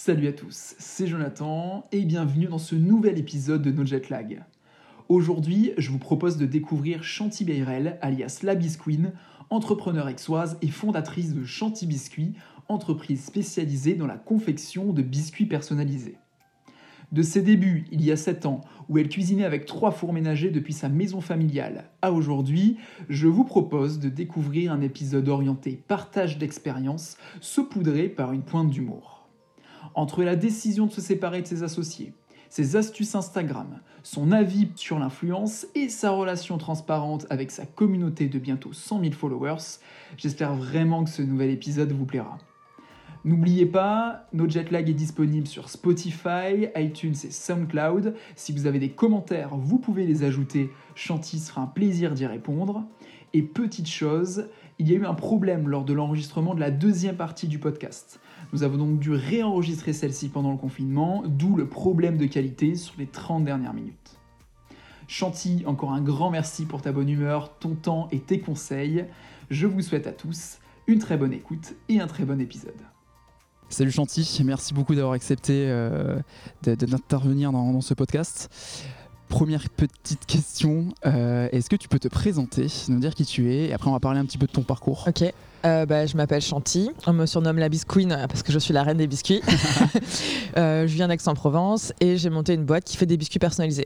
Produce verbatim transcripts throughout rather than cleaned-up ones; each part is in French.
Salut à tous, c'est Jonathan et bienvenue dans ce nouvel épisode de No Jet Lag. Aujourd'hui, je vous propose de découvrir Chanty Bayrel, alias la Bisqueen, entrepreneure aixoise et fondatrice de Chanty Biscuits, entreprise spécialisée dans la confection de biscuits personnalisés. De ses débuts, il y a sept ans, où elle cuisinait avec trois fours ménagers depuis sa maison familiale, à aujourd'hui, je vous propose de découvrir un épisode orienté partage d'expériences, saupoudré par une pointe d'humour. Entre la décision de se séparer de ses associés, ses astuces Instagram, son avis sur l'influence et sa relation transparente avec sa communauté de bientôt cent mille followers, j'espère vraiment que ce nouvel épisode vous plaira. N'oubliez pas, No Jet Lag est disponible sur Spotify, iTunes et SoundCloud. Si vous avez des commentaires, vous pouvez les ajouter. Chanty se fera un plaisir d'y répondre. Et petite chose, il y a eu un problème lors de l'enregistrement de la deuxième partie du podcast. Nous avons donc dû réenregistrer celle-ci pendant le confinement, d'où le problème de qualité sur les trente dernières minutes. Chanty, encore un grand merci pour ta bonne humeur, ton temps et tes conseils. Je vous souhaite à tous une très bonne écoute et un très bon épisode. Salut Chanty, merci beaucoup d'avoir accepté euh, de, de, d'intervenir dans, dans ce podcast. Première petite question, euh, est-ce que tu peux te présenter, nous dire qui tu es, et après on va parler un petit peu de ton parcours. Ok, euh, bah, je m'appelle Chanty, on me surnomme la Bisqueen parce que je suis la reine des biscuits. euh, je viens d'Aix-en-Provence et j'ai monté une boîte qui fait des biscuits personnalisés.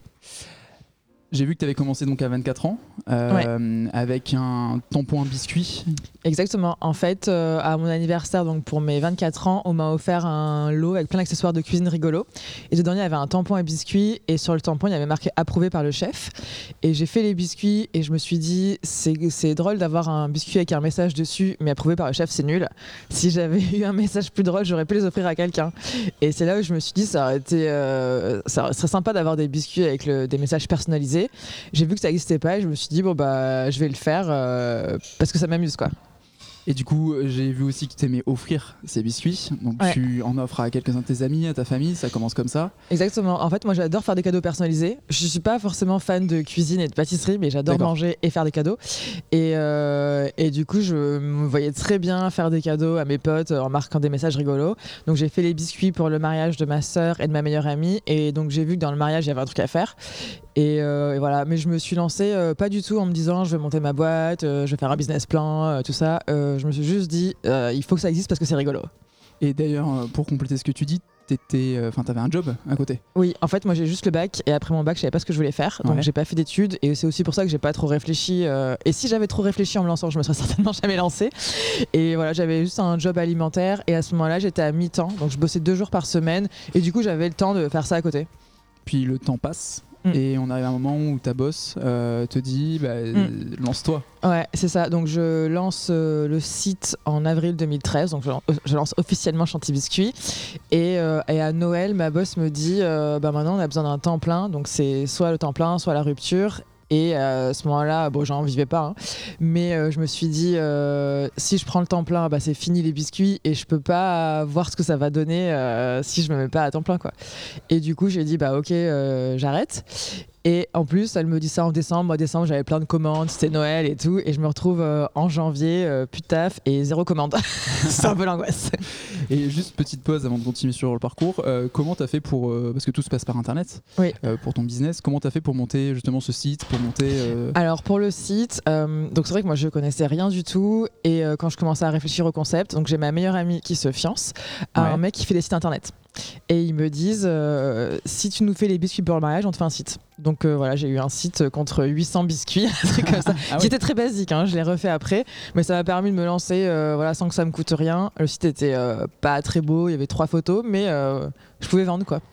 J'ai vu que tu avais commencé donc à vingt-quatre ans, euh, ouais. avec un tampon à biscuit. Exactement. En fait, euh, à mon anniversaire, donc pour mes vingt-quatre ans, on m'a offert un lot avec plein d'accessoires de cuisine rigolo. Et dedans, il y avait un tampon à biscuit. Et sur le tampon, il y avait marqué approuvé par le chef. Et j'ai fait les biscuits et je me suis dit, c'est, c'est drôle d'avoir un biscuit avec un message dessus, mais approuvé par le chef, c'est nul. Si j'avais eu un message plus drôle, j'aurais pu les offrir à quelqu'un. Et c'est là où je me suis dit, ça aurait été, euh, ça serait sympa d'avoir des biscuits avec le, des messages personnalisés. J'ai vu que ça n'existait pas et je me suis dit bon bah je vais le faire euh, parce que ça m'amuse quoi. Et du coup, j'ai vu aussi que tu aimais offrir ces biscuits. Donc, ouais. Tu en offres à quelques-uns de tes amis, à ta famille. Ça commence comme ça. Exactement. En fait, moi, j'adore faire des cadeaux personnalisés. Je ne suis pas forcément fan de cuisine et de pâtisserie, mais j'adore D'accord. manger et faire des cadeaux. Et, euh, et du coup, je me voyais très bien faire des cadeaux à mes potes en marquant des messages rigolos. Donc, j'ai fait les biscuits pour le mariage de ma sœur et de ma meilleure amie. Et donc, j'ai vu que dans le mariage, il y avait un truc à faire. Et, euh, et voilà. Mais je me suis lancée euh, pas du tout en me disant je vais monter ma boîte, euh, je vais faire un business plan, euh, tout ça. Euh, je me suis juste dit euh, il faut que ça existe parce que c'est rigolo. Et d'ailleurs, pour compléter ce que tu dis, t'étais, enfin, t'avais un job à côté. Oui, en fait, moi j'ai juste le bac et après mon bac, je savais pas ce que je voulais faire, donc ouais. j'ai pas fait d'études et c'est aussi pour ça que j'ai pas trop réfléchi. Euh, et si j'avais trop réfléchi en me lançant, je me serais certainement jamais lancée. Et voilà, j'avais juste un job alimentaire et à ce moment-là, j'étais à mi-temps, donc je bossais deux jours par semaine et du coup, j'avais le temps de faire ça à côté. Puis le temps passe. Et on arrive à un moment où ta boss euh, te dit bah, mm. lance-toi. Ouais, c'est ça. Donc je lance euh, le site en avril deux mille treize. Donc je, je lance officiellement Chanty Biscuits. Et, euh, et à Noël, ma boss me dit euh, bah maintenant on a besoin d'un temps plein. Donc c'est soit le temps plein, soit la rupture. Et euh, à ce moment-là, bon, j'en vivais pas, hein. mais euh, je me suis dit, euh, si je prends le temps plein, bah, c'est fini les biscuits et je peux pas voir ce que ça va donner euh, si je me mets pas à temps plein, quoi. Et du coup, j'ai dit, bah ok, euh, j'arrête. Et en plus, elle me dit ça en décembre. Moi, décembre, j'avais plein de commandes, c'était Noël et tout. Et je me retrouve euh, en janvier, euh, plus de taf et zéro commande. C'est un peu l'angoisse. Et juste petite pause avant de continuer sur le parcours. Euh, comment t'as fait pour, euh, parce que tout se passe par Internet, oui. euh, pour ton business, comment t'as fait pour monter justement ce site, pour monter euh... Alors pour le site, euh, donc c'est vrai que moi je connaissais rien du tout. Et euh, quand je commençais à réfléchir au concept, donc j'ai ma meilleure amie qui se fiance à ouais. un mec qui fait des sites internet. Et ils me disent euh, si tu nous fais les biscuits pour le mariage, on te fait un site. Donc euh, voilà, j'ai eu un site contre huit cents biscuits, un truc comme ça, ah qui oui. était très basique, hein, je l'ai refait après, mais ça m'a permis de me lancer euh, voilà, sans que ça me coûte rien. Le site était euh, pas très beau, il y avait trois photos, mais euh, je pouvais vendre quoi.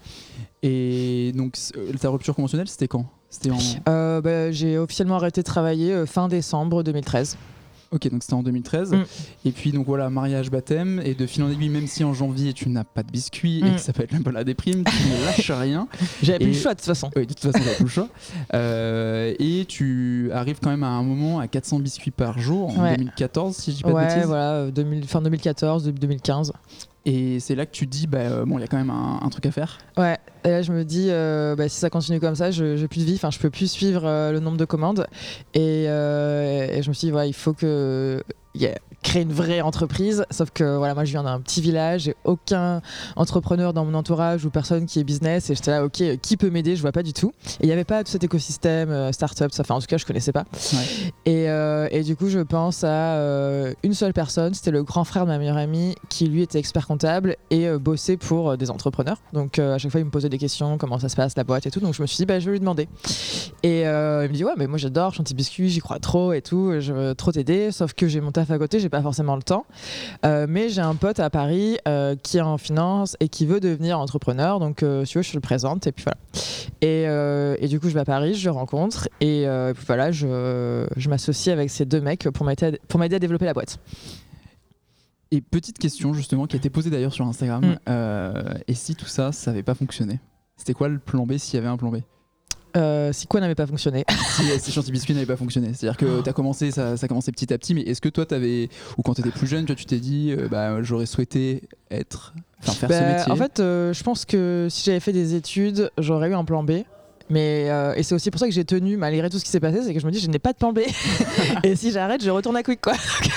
Et donc ta rupture conventionnelle, c'était quand ? C'était en... euh, bah, j'ai officiellement arrêté de travailler euh, fin décembre deux mille treize. Ok, donc c'était en deux mille treize. Mm. Et puis donc voilà, mariage, baptême, et de fil en aiguille, même si en janvier tu n'as pas de biscuits mm. et que ça peut être un peu la déprime, tu ne lâches rien. J'avais et... plus le choix de toute façon. Oui, de toute façon, j'avais plus le choix. Euh, et tu arrives quand même à un moment à quatre cents biscuits par jour en ouais. deux mille quatorze, si je dis pas ouais, de bêtises. Ouais, voilà, deux mille, fin deux mille quatorze, deux mille quinze. Et c'est là que tu te dis, bah, euh, bon, il y a quand même un, un truc à faire. Ouais, et là je me dis, euh, bah, si ça continue comme ça, je n'ai plus de vie, enfin, je peux plus suivre euh, le nombre de commandes. Et, euh, et je me suis dit, ouais, il faut que yeah, créer une vraie entreprise. Sauf que voilà, moi je viens d'un petit village, j'ai aucun entrepreneur dans mon entourage ou personne qui est business et j'étais là, ok, qui peut m'aider? Je vois pas du tout. Et il n'y avait pas tout cet écosystème euh, startup, ça, enfin en tout cas je connaissais pas. Ouais. Et, euh, et du coup je pense à euh, une seule personne, c'était le grand frère de ma meilleure amie qui lui était expert comptable et euh, bossait pour euh, des entrepreneurs. Donc euh, à chaque fois il me posait des questions, comment ça se passe la boîte et tout. Donc je me suis dit bah je vais lui demander. Et euh, il me dit ouais mais moi j'adore Chanty Biscuit, j'y crois trop et tout, je veux trop t'aider. Sauf que j'ai mon taf à côté, j'ai pas forcément le temps. Euh, mais j'ai un pote à Paris euh, qui est en finance et qui veut devenir entrepreneur. Donc euh, si tu veux je le présente et puis voilà. Et, euh, et du coup je vais à Paris, je le rencontre et, euh, et puis voilà je, je m'associe avec ces deux mecs pour m'aider à, pour m'aider à développer la boîte. Et petite question justement qui a été posée d'ailleurs sur Instagram, Mm. euh, et si tout ça, ça n'avait pas fonctionné, c'était quoi le plan B s'il y avait un plan B? Euh, si quoi n'avait pas fonctionné? Si, si Chanty Biscuit n'avait pas fonctionné, c'est-à-dire que tu as commencé, ça, ça a commencé petit à petit, mais est-ce que toi t'avais, ou quand tu étais plus jeune, tu, vois, tu t'es dit euh, bah, j'aurais souhaité être, enfin faire Bah, ce métier? En fait, euh, je pense que si j'avais fait des études, j'aurais eu un plan B. Mais euh, et c'est aussi pour ça que j'ai tenu malgré tout ce qui s'est passé, c'est que je me dis je n'ai pas de plan B et si j'arrête je retourne à Quick quoi.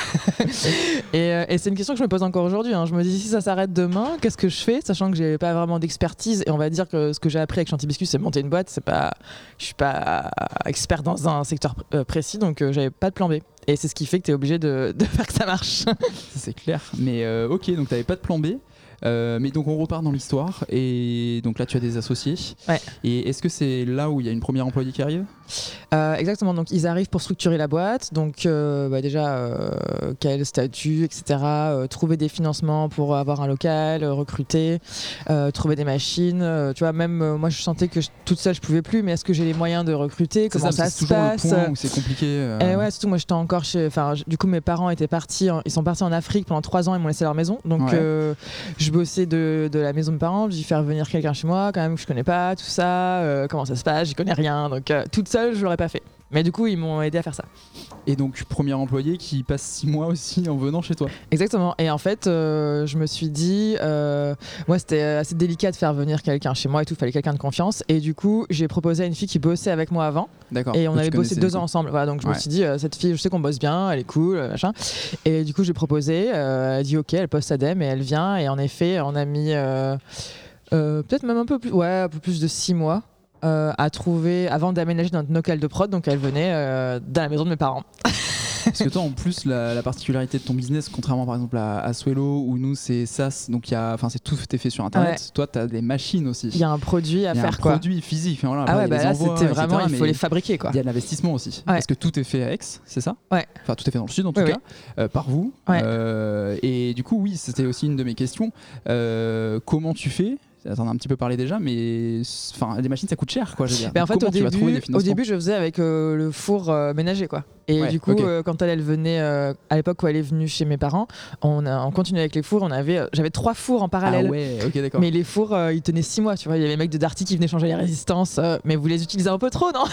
et, euh, et c'est une question que je me pose encore aujourd'hui, hein. Je me dis si ça s'arrête demain, qu'est-ce que je fais, sachant que j'ai pas vraiment d'expertise et on va dire que ce que j'ai appris avec Chanty Biscuit c'est monter une boîte, c'est pas, je suis pas expert dans un secteur pr- euh, précis donc euh, j'avais pas de plan B et c'est ce qui fait que tu es obligé de, de faire que ça marche. Ça, c'est clair, mais euh, ok, donc t'avais pas de plan B. Euh, mais donc on repart dans l'histoire et donc là tu as des associés. Ouais. Et est-ce que c'est là où il y a une première employée qui arrive? Euh, exactement, donc ils arrivent pour structurer la boîte, donc euh, bah déjà euh, quel statut, et cetera. Euh, trouver des financements pour avoir un local, euh, recruter, euh, trouver des machines. Euh, tu vois, même euh, moi je sentais que je, toute seule je pouvais plus, mais est-ce que j'ai les moyens de recruter? Comment ça, ça c'est se toujours passe? le point où c'est compliqué. Euh... Et ouais, surtout moi j'étais encore chez. Enfin, du coup mes parents étaient partis, en, ils sont partis en Afrique pendant trois ans, ils m'ont laissé leur maison, donc Ouais. euh, je bossais de, de la maison de mes parents, j'ai dû faire venir quelqu'un chez moi quand même que je connais pas, tout ça, euh, comment ça se passe, j'y connais rien, donc euh, toute seule je l'aurais pas fait. Mais du coup, ils m'ont aidé à faire ça. Et donc, premier employé qui passe six mois aussi en venant chez toi. Exactement. Et en fait, euh, je me suis dit, euh, moi, c'était assez délicat de faire venir quelqu'un chez moi et tout, il fallait quelqu'un de confiance. Et du coup, j'ai proposé à une fille qui bossait avec moi avant. D'accord. Et on Que avait tu bossé connaissais, deux du ans coup. ensemble. Voilà, donc je Ouais. me suis dit, euh, cette fille, je sais qu'on bosse bien, elle est cool, euh, machin. Et du coup, j'ai proposé, euh, elle a dit OK, elle poste sa dème et elle vient. Et en effet, on a mis euh, euh, peut-être même un peu plus, ouais, un peu plus de six mois. Euh, à trouver avant d'aménager notre local de prod, donc elle venait euh, dans la maison de mes parents. Parce que toi, en plus, la, la particularité de ton business, contrairement par exemple à, à Swello, où nous c'est SaaS, donc il y a, enfin c'est tout est fait sur Internet. Ouais. Toi, tu as des machines aussi. Il y a un produit à Il y a faire un quoi. produit physique. Enfin, voilà, Ah après, ouais, il y a bah les là envois, c'était et cetera, vraiment, il faut mais les fabriquer quoi. il y a de l'investissement aussi. Ouais. Parce que tout est fait à Aix, c'est ça? Ouais. Enfin, tout est fait dans le sud en tout Oui, cas, euh, par vous. Ouais. Euh, et du coup, oui, c'était aussi une de mes questions. Euh, comment tu fais? T'en as un petit peu parlé déjà, mais enfin, les machines ça coûte cher, quoi. Je veux dire. Mais en fait, Comment au tu vas trouver début, des financements? au début, je faisais avec euh, le four euh, ménager, quoi. Et Ouais, du coup, ok. euh, quand elle, elle venait, euh, à l'époque où elle est venue chez mes parents, on, a, on continuait avec les fours. On avait, euh, j'avais trois fours en parallèle. Ah ouais, ok, d'accord. Mais les fours, euh, ils tenaient six mois, tu vois. Il y avait les mecs de Darty qui venaient changer les résistances. euh, mais vous les utilisez un peu trop, non?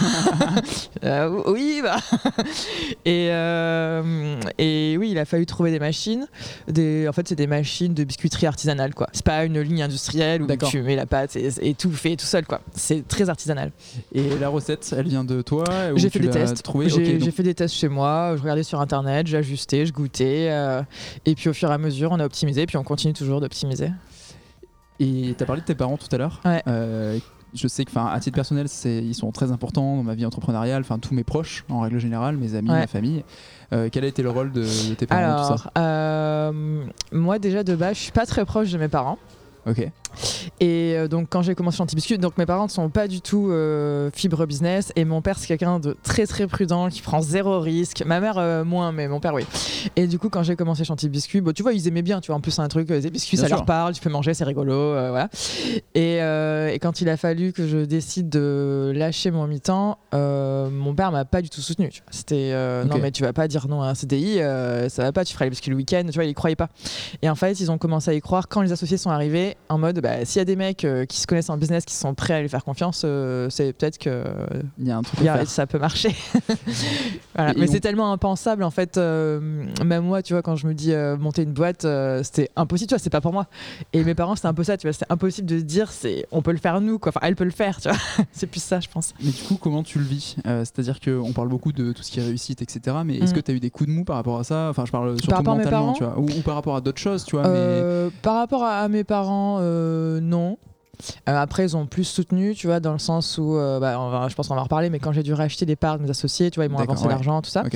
Euh, Oui, bah. et, euh, et oui, il a fallu trouver des machines. Des, en fait, c'est des machines de biscuiterie artisanale, quoi. C'est pas une ligne industrielle où D'accord. tu mets la pâte et, et tout fait tout seul, quoi. C'est très artisanal. Et la recette, elle vient de toi ou J'ai tu fait des l'as tests. trouvée? J'ai Ok, donc- j'ai fait des tests chez moi. Je regardais sur internet, j'ajustais, je goûtais. euh, et puis au fur et à mesure, on a optimisé. Puis on continue toujours d'optimiser. Et tu as parlé de tes parents tout à l'heure. Ouais. Euh, je sais que, à titre personnel, ils sont très importants dans ma vie entrepreneuriale. Enfin, tous mes proches, en règle générale, mes amis, Ouais. ma famille. Euh, quel a été le rôle de, de tes parents dans tout ça? Alors, euh, moi déjà de base, je suis pas très proche de mes parents. Ok. Et euh, donc quand j'ai commencé Chanty Biscuit, donc mes parents ne sont pas du tout euh, fibre business et mon père c'est quelqu'un de très très prudent qui prend zéro risque. Ma mère euh, moins, mais mon père oui. Et du coup quand j'ai commencé Chanty Biscuit, bon, tu vois ils aimaient bien, tu vois en plus c'est un truc, euh, des biscuits Bien ça sûr. leur parle, tu peux manger, c'est rigolo, euh, voilà. Et, euh, et quand il a fallu que je décide de lâcher mon mi-temps, euh, mon père m'a pas du tout soutenu. Tu vois. C'était euh, Ok. non mais tu vas pas dire non à un C D I, euh, ça va pas, tu feras les biscuits le week-end, tu vois, il y croyait pas. Et en fait ils ont commencé à y croire quand les associés sont arrivés en mode bah, s'il y a des mecs euh, qui se connaissent en business, qui sont prêts à lui faire confiance, euh, c'est peut-être que il y a un truc y à a, faire. ça peut marcher. Voilà. Et Mais on... c'est tellement impensable en fait. Euh, même moi, tu vois, quand je me dis euh, monter une boîte, euh, c'était impossible. Tu vois, c'est pas pour moi. Et mes parents, c'était un peu ça. Tu vois, c'était impossible de se dire, c'est, on peut le faire nous, quoi. Enfin, elle peut le faire. Tu vois, c'est plus ça, je pense. Mais du coup, comment tu le vis euh, C'est-à-dire qu'on parle beaucoup de tout ce qui est réussite, et cetera. Mais est-ce Mm. que tu as eu des coups de mou par rapport à ça? Enfin, je parle surtout Par rapport à mes mentalement, parents tu vois, ou, ou par rapport à d'autres choses, tu vois. Euh, Par rapport à, à mes parents, euh, non. Euh, après, ils ont plus soutenu, tu vois, dans le sens où, euh, bah, on va, je pense qu'on va en reparler, mais quand j'ai dû racheter des parts de mes associés, tu vois, ils m'ont D'accord, avancé ouais. l'argent, tout ça.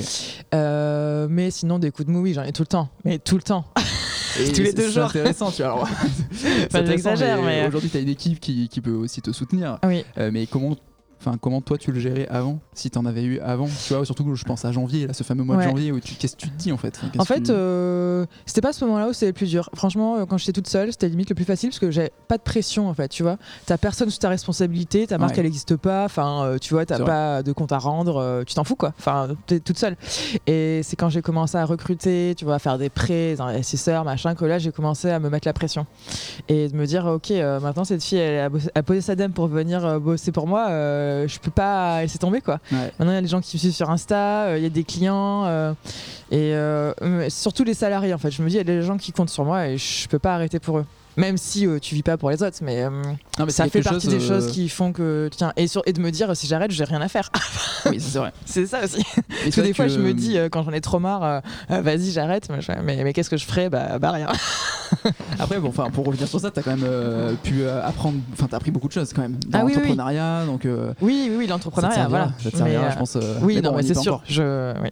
Mais... Okay. Euh, mais sinon, des coups de mou, oui, j'en ai tout le temps. Mais tout le temps. Et tous les deux c'est jours. C'est intéressant, tu vois. Alors, c'est Enfin, intéressant, j'exagère, mais. Aujourd'hui, tu as une équipe qui, qui peut aussi te soutenir. Oui. Euh, mais comment. Enfin, comment toi tu le gérais avant, si t'en avais eu avant, tu vois, surtout que je pense à janvier, là, ce fameux mois Ouais. de janvier où tu, qu'est-ce que tu te dis en fait enfin, En fait, tu... euh, c'était pas ce moment-là où c'était le plus dur. Franchement, euh, quand j'étais toute seule, c'était limite le plus facile parce que j'avais pas de pression en fait, tu vois. T'as personne sous ta responsabilité, ta marque Ouais. elle n'existe pas, enfin, euh, tu vois, t'as C'est pas de compte à rendre, euh, tu t'en fous quoi. Enfin, t'es toute seule. Et c'est quand j'ai commencé à recruter, tu vois, à faire des prêts, des investisseurs, machin, que là j'ai commencé à me mettre la pression et de me dire, ok, euh, maintenant cette fille elle a, bossé, a posé sa dème pour venir euh, bosser pour moi, euh, je peux pas laisser tomber quoi. Ouais. Maintenant il y a des gens qui me suivent sur Insta, il euh, y a des clients euh, et euh, surtout les salariés en fait. Je me dis il y a des gens qui comptent sur moi et je peux pas arrêter pour eux. Même si euh, tu vis pas pour les autres, mais, euh, non, mais ça fait quelque partie chose, des choses euh... qui font que tiens et, sur, et de me dire si j'arrête j'ai rien à faire. Oui c'est vrai. C'est ça aussi. Et Parce que des fois que... je me dis euh, quand j'en ai trop marre, euh, euh, vas-y j'arrête, mais, mais, mais qu'est-ce que je ferais bah, bah rien. Après bon, enfin pour revenir sur ça, t'as quand même euh, pu euh, apprendre, enfin t'as appris beaucoup de choses quand même dans ah, oui, l'entrepreneuriat, oui. donc. Euh, oui oui oui l'entrepreneuriat voilà. Ça te servira, mais, je pense. Euh... Oui mais non bon, mais c'est sûr. Encore. Je oui.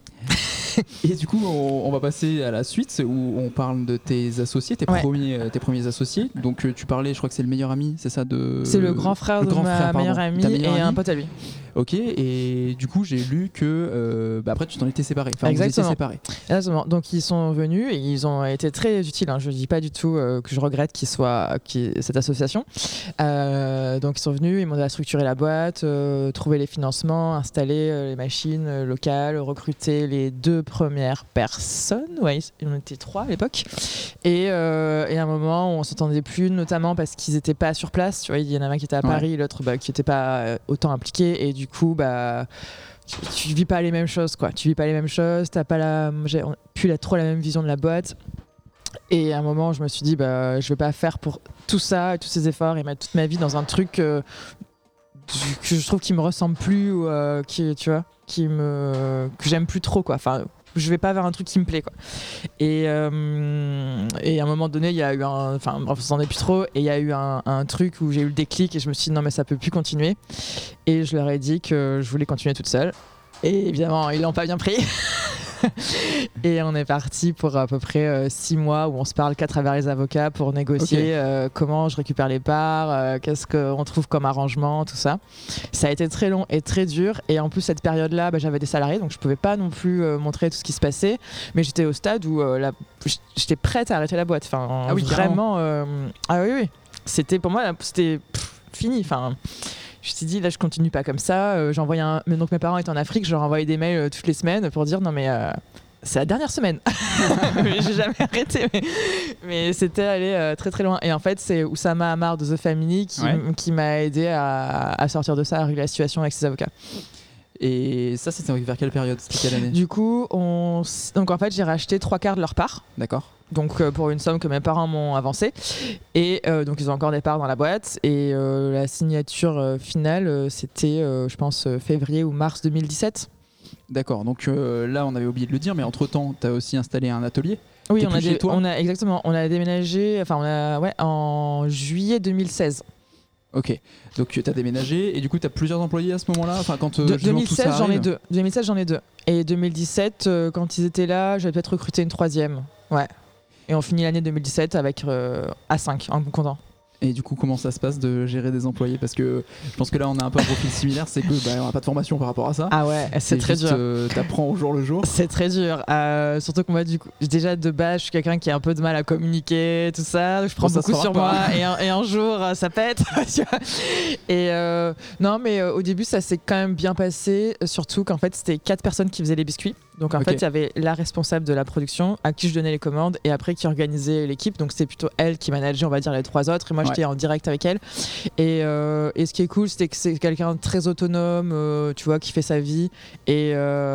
Et du coup, on, on va passer à la suite où on parle de tes associés, tes, ouais. premiers, tes premiers associés. Donc, tu parlais, je crois que c'est le meilleur ami, c'est ça de... C'est le grand frère le de grand ma frère, meilleure amie et amie. Un pote à lui. Ok, et du coup, j'ai lu que euh, bah après, tu t'en étais séparé. Enfin, exactement. Vous étiez séparés. Exactement. Donc, ils sont venus et ils ont été très utiles. Hein. Je ne dis pas du tout euh, que je regrette qu'ils soient qu cette association. Euh, donc, ils sont venus, ils m'ont aidé à structurer la boîte, euh, trouver les financements, installer euh, les machines euh, locales, recruter les deux premières personnes. Ouais, ils en étaient trois à l'époque. Et, euh, et à un moment, on ne s'entendait plus, notamment parce qu'ils n'étaient pas sur place. Tu vois, il y en avait un qui était à Paris, ouais. L'autre bah, qui n'était pas euh, autant impliqué. Et du coup, bah, tu, tu vis pas les mêmes choses, quoi. Tu vis pas les mêmes choses, t'as pas la, j'ai plus la, trop la même vision de la boîte. Et à un moment, je me suis dit, bah, je vais pas faire pour tout ça et tous ces efforts et mettre toute ma vie dans un truc euh, que je trouve qui me ressemble plus ou euh, qui, tu vois, qui me, que j'aime plus trop, quoi. Enfin, je vais pas vers un truc qui me plaît, quoi. Et, euh, et à un moment donné, il y a eu un, enfin bref, on s'en est plus trop, et il y a eu un, un truc où j'ai eu le déclic et je me suis dit non mais ça peut plus continuer. Et je leur ai dit que je voulais continuer toute seule. Et évidemment, ils l'ont pas bien pris. Et on est parti pour à peu près euh, six mois où on se parle qu'à travers les avocats pour négocier okay. euh, comment je récupère les parts, euh, qu'est-ce qu'on trouve comme arrangement, tout ça. Ça a été très long et très dur. Et en plus, cette période-là, bah, j'avais des salariés, donc je pouvais pas non plus euh, montrer tout ce qui se passait. Mais j'étais au stade où euh, la... j'étais prête à arrêter la boîte. Enfin, ah oui, vraiment. Euh... Ah oui, oui. C'était pour moi, c'était pff, fini. Enfin. Je me suis dit, là, je continue pas comme ça. Euh, j'envoyais un... Donc, mes parents étaient en Afrique, je leur envoyais des mails euh, toutes les semaines pour dire non, mais euh, c'est la dernière semaine. J'ai jamais arrêté, mais, mais c'était allé euh, très très loin. Et en fait, c'est Oussama Hamar de The Family qui, ouais. qui m'a aidé à, à sortir de ça, à régler la situation avec ses avocats. Et ça, c'était vers quelle période? C'était quelle année? Du coup, on... donc en fait, j'ai racheté trois quarts de leur part. D'accord. Donc euh, pour une somme que mes parents m'ont avancée. Et euh, donc ils ont encore des parts dans la boîte. Et euh, la signature euh, finale, euh, c'était, euh, je pense, euh, février ou mars deux mille dix-sept. D'accord. Donc euh, là, on avait oublié de le dire, mais entre-temps, tu as aussi installé un atelier. Oui, T'es on plus a, chez des, toi on a exactement. On a déménagé. Enfin, on a ouais en juillet deux mille seize. Ok, donc tu as déménagé et du coup tu as plusieurs employés à ce moment-là, enfin quand euh, de, deux mille seize j'en ai deux. deux mille seize j'en ai deux. Et deux mille dix-sept euh, quand ils étaient là, j'avais peut-être recruté une troisième. Ouais. Et on finit l'année deux mille dix-sept avec euh, A cinq en comptant. Et du coup, comment ça se passe de gérer des employés? Parce que je pense que là, on a un peu un profil similaire, c'est que bah, on n'a pas de formation par rapport à ça. Ah ouais, c'est, c'est très juste, dur. Euh, t'apprends au jour le jour. C'est très dur. Euh, surtout que moi, du coup, déjà de base, je suis quelqu'un qui a un peu de mal à communiquer, tout ça. Je prends bon, beaucoup sur pas. moi et un, et un jour, ça pète. Tu vois. Et euh, non, mais euh, au début, ça s'est quand même bien passé. Surtout qu'en fait, c'était quatre personnes qui faisaient les biscuits. Donc en Ok. fait, il y avait la responsable de la production à qui je donnais les commandes et après qui organisait l'équipe. Donc c'était plutôt elle qui manageait, on va dire, les trois autres. Et moi, Ouais. j'étais en direct avec elle. Et, euh, et ce qui est cool, c'est que c'est quelqu'un de très autonome, euh, tu vois, qui fait sa vie. Et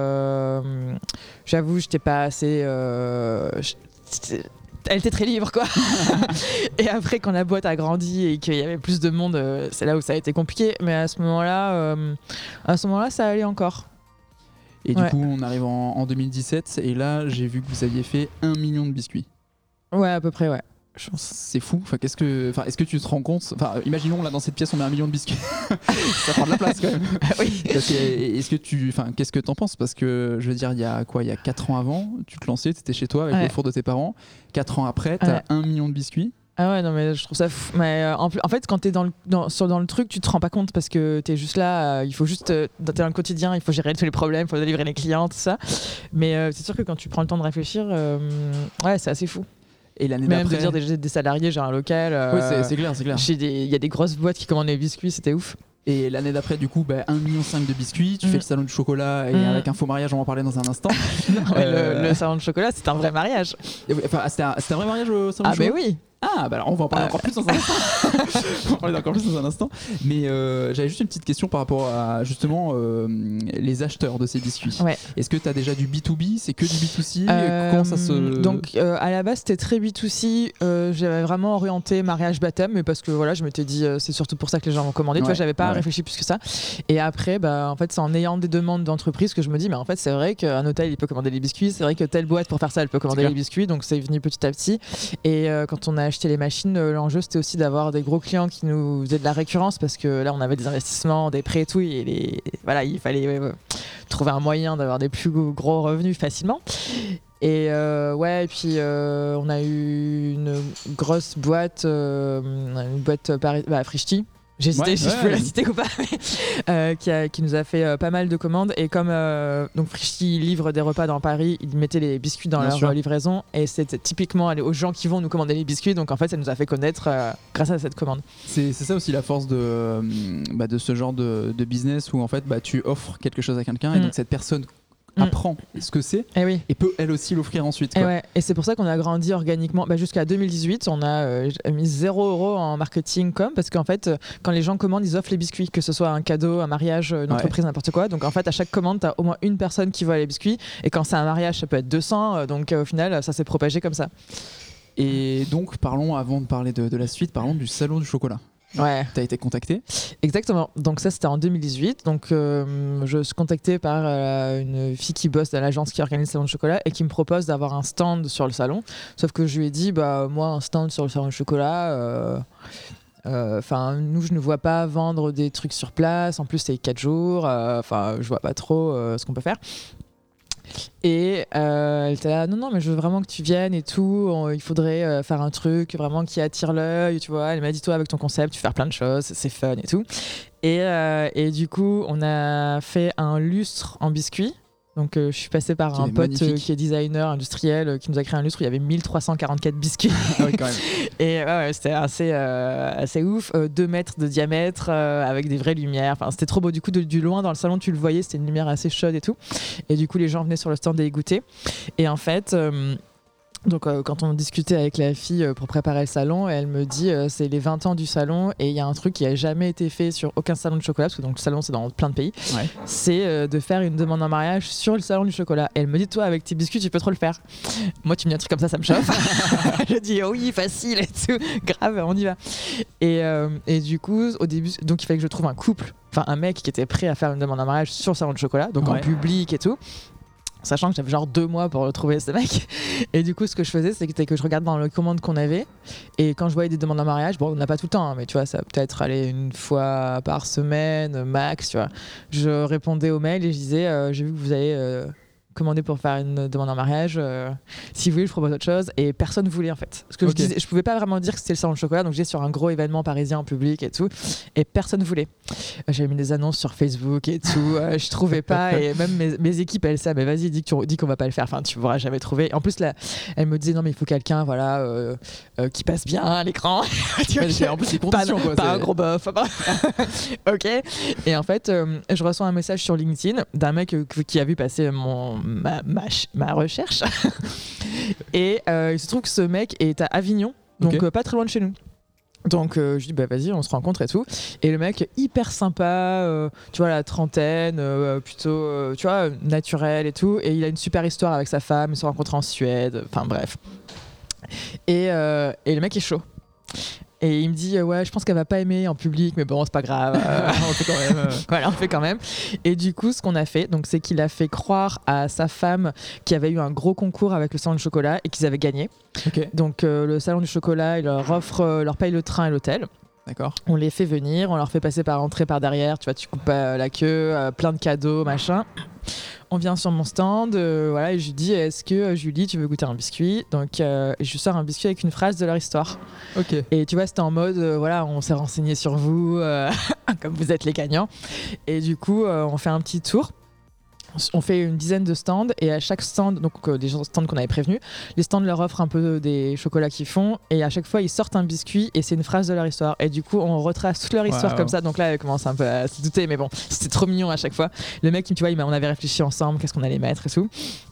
euh, j'avoue, j'étais pas assez. Euh, j'étais- elle était très libre, quoi. Et après, quand la boîte a grandi et qu'il y avait plus de monde, euh, c'est là où ça a été compliqué. Mais à ce moment-là, euh, à ce moment-là, ça allait encore. Et du Ouais. coup, on arrive en, en deux mille dix-sept et là, j'ai vu que vous aviez fait un million de biscuits. Ouais, à peu près, ouais. Je pense. C'est fou. Enfin, qu'est-ce que, enfin, est-ce que tu te rends compte? Enfin, imaginons là dans cette pièce, on met un million de biscuits. Ça prend de la place quand même. Oui. Parce que, est-ce que tu, enfin, qu'est-ce que t'en penses? Parce que je veux dire, il y a quoi? Il y a quatre ans avant, tu te lançais, t'étais chez toi avec Ouais. le four de tes parents. quatre ans après, t'as Ouais. un million de biscuits. Ah ouais, non, mais je trouve ça fou. Mais euh, en, plus- en fait, quand t'es dans le, dans, sur, dans le truc, tu te rends pas compte parce que t'es juste là, euh, il faut juste. Euh, t'es dans le quotidien, il faut gérer tous les problèmes, il faut délivrer les clients, tout ça. Mais euh, c'est sûr que quand tu prends le temps de réfléchir, euh, ouais, c'est assez fou. Et l'année Même d'après. de dire des, des salariés, j'ai un local. euh, Oui, c'est, c'est clair, c'est clair. j'ai des- Il y a des grosses boîtes qui commandent les biscuits, c'était ouf. Et l'année d'après, du coup, bah, un virgule cinq million de biscuits. Tu Mm. fais le salon du chocolat et Mm. avec un faux mariage, on va en parler dans un instant. Non, mais Euh, le, le salon de chocolat, c'est un vrai mariage. Enfin, c'était un, c'était un vrai mariage au salon Ah, du mais chocolat? oui. Ah, bah alors on va en parler Ah. encore plus dans un instant. On va en parler encore plus dans un instant. Mais euh, j'avais juste une petite question par rapport à justement euh, les acheteurs de ces biscuits. Ouais. Est-ce que tu as déjà du B deux B? C'est que du B deux C? Euh, Comment ça se. Donc euh, à la base c'était très B deux C, euh, j'avais vraiment orienté mariage baptême, mais parce que voilà je m'étais dit euh, c'est surtout pour ça que les gens vont commander, tu Ouais, vois, j'avais pas ouais. réfléchi plus que ça. Et après bah en fait c'est en ayant des demandes d'entreprise que je me dis mais en fait c'est vrai qu'un hôtel il peut commander les biscuits, c'est vrai que telle boîte pour faire ça elle peut commander clair. les biscuits, donc c'est venu petit à petit. Et euh, quand on a acheté les machines, euh, l'enjeu c'était aussi d'avoir des gros clients qui nous faisaient de la récurrence parce que là on avait des investissements, des prêts et tout, et les... voilà il fallait ouais, ouais, trouver un moyen d'avoir des plus gros revenus facilement. Et euh, ouais, et puis euh, on a eu une grosse boîte, euh, une boîte Paris, bah, Frishti. J'ai hésité Ouais, si ouais, je peux ouais. la citer ou pas, mais, euh, qui, a- qui nous a fait euh, pas mal de commandes. Et comme euh, donc Frishti livre des repas dans Paris, ils mettaient les biscuits dans Bien leur sûr. euh, livraison. Et c'était typiquement aller aux gens qui vont nous commander les biscuits. Donc en fait, ça nous a fait connaître euh, grâce à cette commande. C'est, c'est ça aussi la force de, euh, bah, de ce genre de, de business où en fait bah, tu offres quelque chose à quelqu'un et Mm. donc cette personne Mm. apprend ce que c'est Et oui. et peut elle aussi l'offrir ensuite. Et, Quoi. ouais, et c'est pour ça qu'on a grandi organiquement. Bah, jusqu'à deux mille dix-huit, on a euh, mis zéro euro en marketing com parce qu'en fait, euh, quand les gens commandent, ils offrent les biscuits, que ce soit un cadeau, un mariage, une Ouais. entreprise, n'importe quoi. Donc en fait, à chaque commande, tu as au moins une personne qui voit les biscuits. Et quand c'est un mariage, ça peut être deux cents. euh, Donc euh, au final, ça s'est propagé comme ça. Et donc parlons, avant de parler de, de la suite, parlons du salon du chocolat. Ouais, T'as été contacté? exactement. Donc ça, c'était en deux mille dix-huit. Donc euh, je suis contactée par euh, une fille qui bosse dans l'agence qui organise le salon de chocolat et qui me propose d'avoir un stand sur le salon. Sauf que je lui ai dit, bah moi, un stand sur le salon de chocolat. euh, Enfin, nous, je ne vois pas vendre des trucs sur place. En plus, c'est quatre jours. Enfin, je vois pas trop euh, ce qu'on peut faire. Et euh, elle était là, non, non, mais je veux vraiment que tu viennes et tout. On- il faudrait euh, faire un truc vraiment qui attire l'œil, tu vois. Elle m'a dit, toi, avec ton concept, tu peux faire plein de choses, c'est fun et tout. Et, euh, et du coup, on a fait un lustre en biscuit. Donc, euh, je suis passée par Qui un est pote magnifique. euh, qui est designer industriel euh, qui nous a créé un lustre où il y avait mille trois cent quarante-quatre biscuits. Ah oui, quand même. Et ouais, ouais, c'était assez, euh, assez ouf. Euh, deux mètres de diamètre euh, avec des vraies lumières. Enfin, c'était trop beau. Du coup, de, du loin dans le salon, tu le voyais, c'était une lumière assez chaude et tout. Et du coup, les gens venaient sur le stand et y goûter. Et en fait. euh, Donc euh, quand on discutait avec la fille euh, pour préparer le salon, elle me dit euh, c'est les vingt ans du salon et il y a un truc qui a jamais été fait sur aucun salon de chocolat parce que donc le salon c'est dans plein de pays, Ouais. c'est euh, de faire une demande en mariage sur le salon du chocolat. Et elle me dit toi avec tes biscuits tu peux trop le faire. Moi tu me dis un truc comme ça ça me chauffe. Je dis oh oui facile et tout, grave on y va. Et, euh, et du coup au début donc il fallait que je trouve un couple, enfin un mec qui était prêt à faire une demande en mariage sur le salon de chocolat donc Ouais. en public et tout. Sachant que j'avais genre deux mois pour retrouver ce mec. Et du coup, ce que je faisais, c'était que je regardais dans les commandes qu'on avait. Et quand je voyais des demandes en mariage, bon, on n'a pas tout le temps, hein, mais tu vois, ça va peut-être aller une fois par semaine, max, tu vois. Je répondais aux mails et je disais, euh, j'ai vu que vous avez euh, commandé pour faire une demande en mariage. euh, si vous voulez, je propose autre chose. Et personne voulait, en fait. Parce que Ok. je, disais, je pouvais pas vraiment dire que c'était le salon de chocolat. Donc, j'étais sur un gros événement parisien en public et tout. Et personne voulait. J'avais mis des annonces sur Facebook et tout. euh, je trouvais pas. Et même mes, mes équipes, elles disaient, mais vas-y, dis, que tu- dis qu'on va pas le faire. Enfin, tu pourras jamais trouver. En plus, là, elle me disait, non, mais il faut quelqu'un, voilà, euh, euh, qui passe bien à l'écran. Tu vois, Ouais, c'est- en plus, les conditions, pas, quoi. pas c'est- un gros bof. Ok. Et en fait, euh, je reçois un message sur LinkedIn d'un mec euh, qui a vu passer mon, ma, ma, ma recherche. Et euh, il se trouve que ce mec est à Avignon, donc okay. euh, pas très loin de chez nous. Donc euh, je dis bah vas-y on se rencontre et tout, et le mec hyper sympa, euh, tu vois la trentaine, euh, plutôt euh, tu vois naturel et tout, et il a une super histoire avec sa femme, ils se sont rencontrés en Suède, enfin bref, et, euh, et le mec est chaud. Et il me dit euh, ouais je pense qu'elle va pas aimer en public, mais bon c'est pas grave, euh, on fait quand même euh, voilà on fait quand même. Et du coup ce qu'on a fait donc c'est qu'il a fait croire à sa femme qui avait eu un gros concours avec le salon du chocolat et qu'ils avaient gagné. Okay. Donc euh, le salon du chocolat il leur offre euh, leur paye le train et l'hôtel. D'accord. On les fait venir, on leur fait passer par entrée par derrière, tu vois tu coupes euh, la queue, euh, plein de cadeaux machin. On vient sur mon stand, euh, voilà, et je lui dis est-ce que euh, Julie tu veux goûter un biscuit, donc euh, je lui sors un biscuit avec une phrase de leur histoire. Ok. Et tu vois c'était en mode euh, voilà on s'est renseigné sur vous euh, comme vous êtes les gagnants, et du coup euh, on fait un petit tour. On fait une dizaine de stands et à chaque stand, donc euh, des stands qu'on avait prévenus, les stands leur offrent un peu des chocolats qu'ils font et à chaque fois ils sortent un biscuit et c'est une phrase de leur histoire. Et du coup on retrace toute leur histoire wow. comme ça. Donc là elle commence un peu à se douter, mais bon c'était trop mignon à chaque fois. Le mec tu vois il on avait réfléchi ensemble qu'est-ce qu'on allait mettre et tout.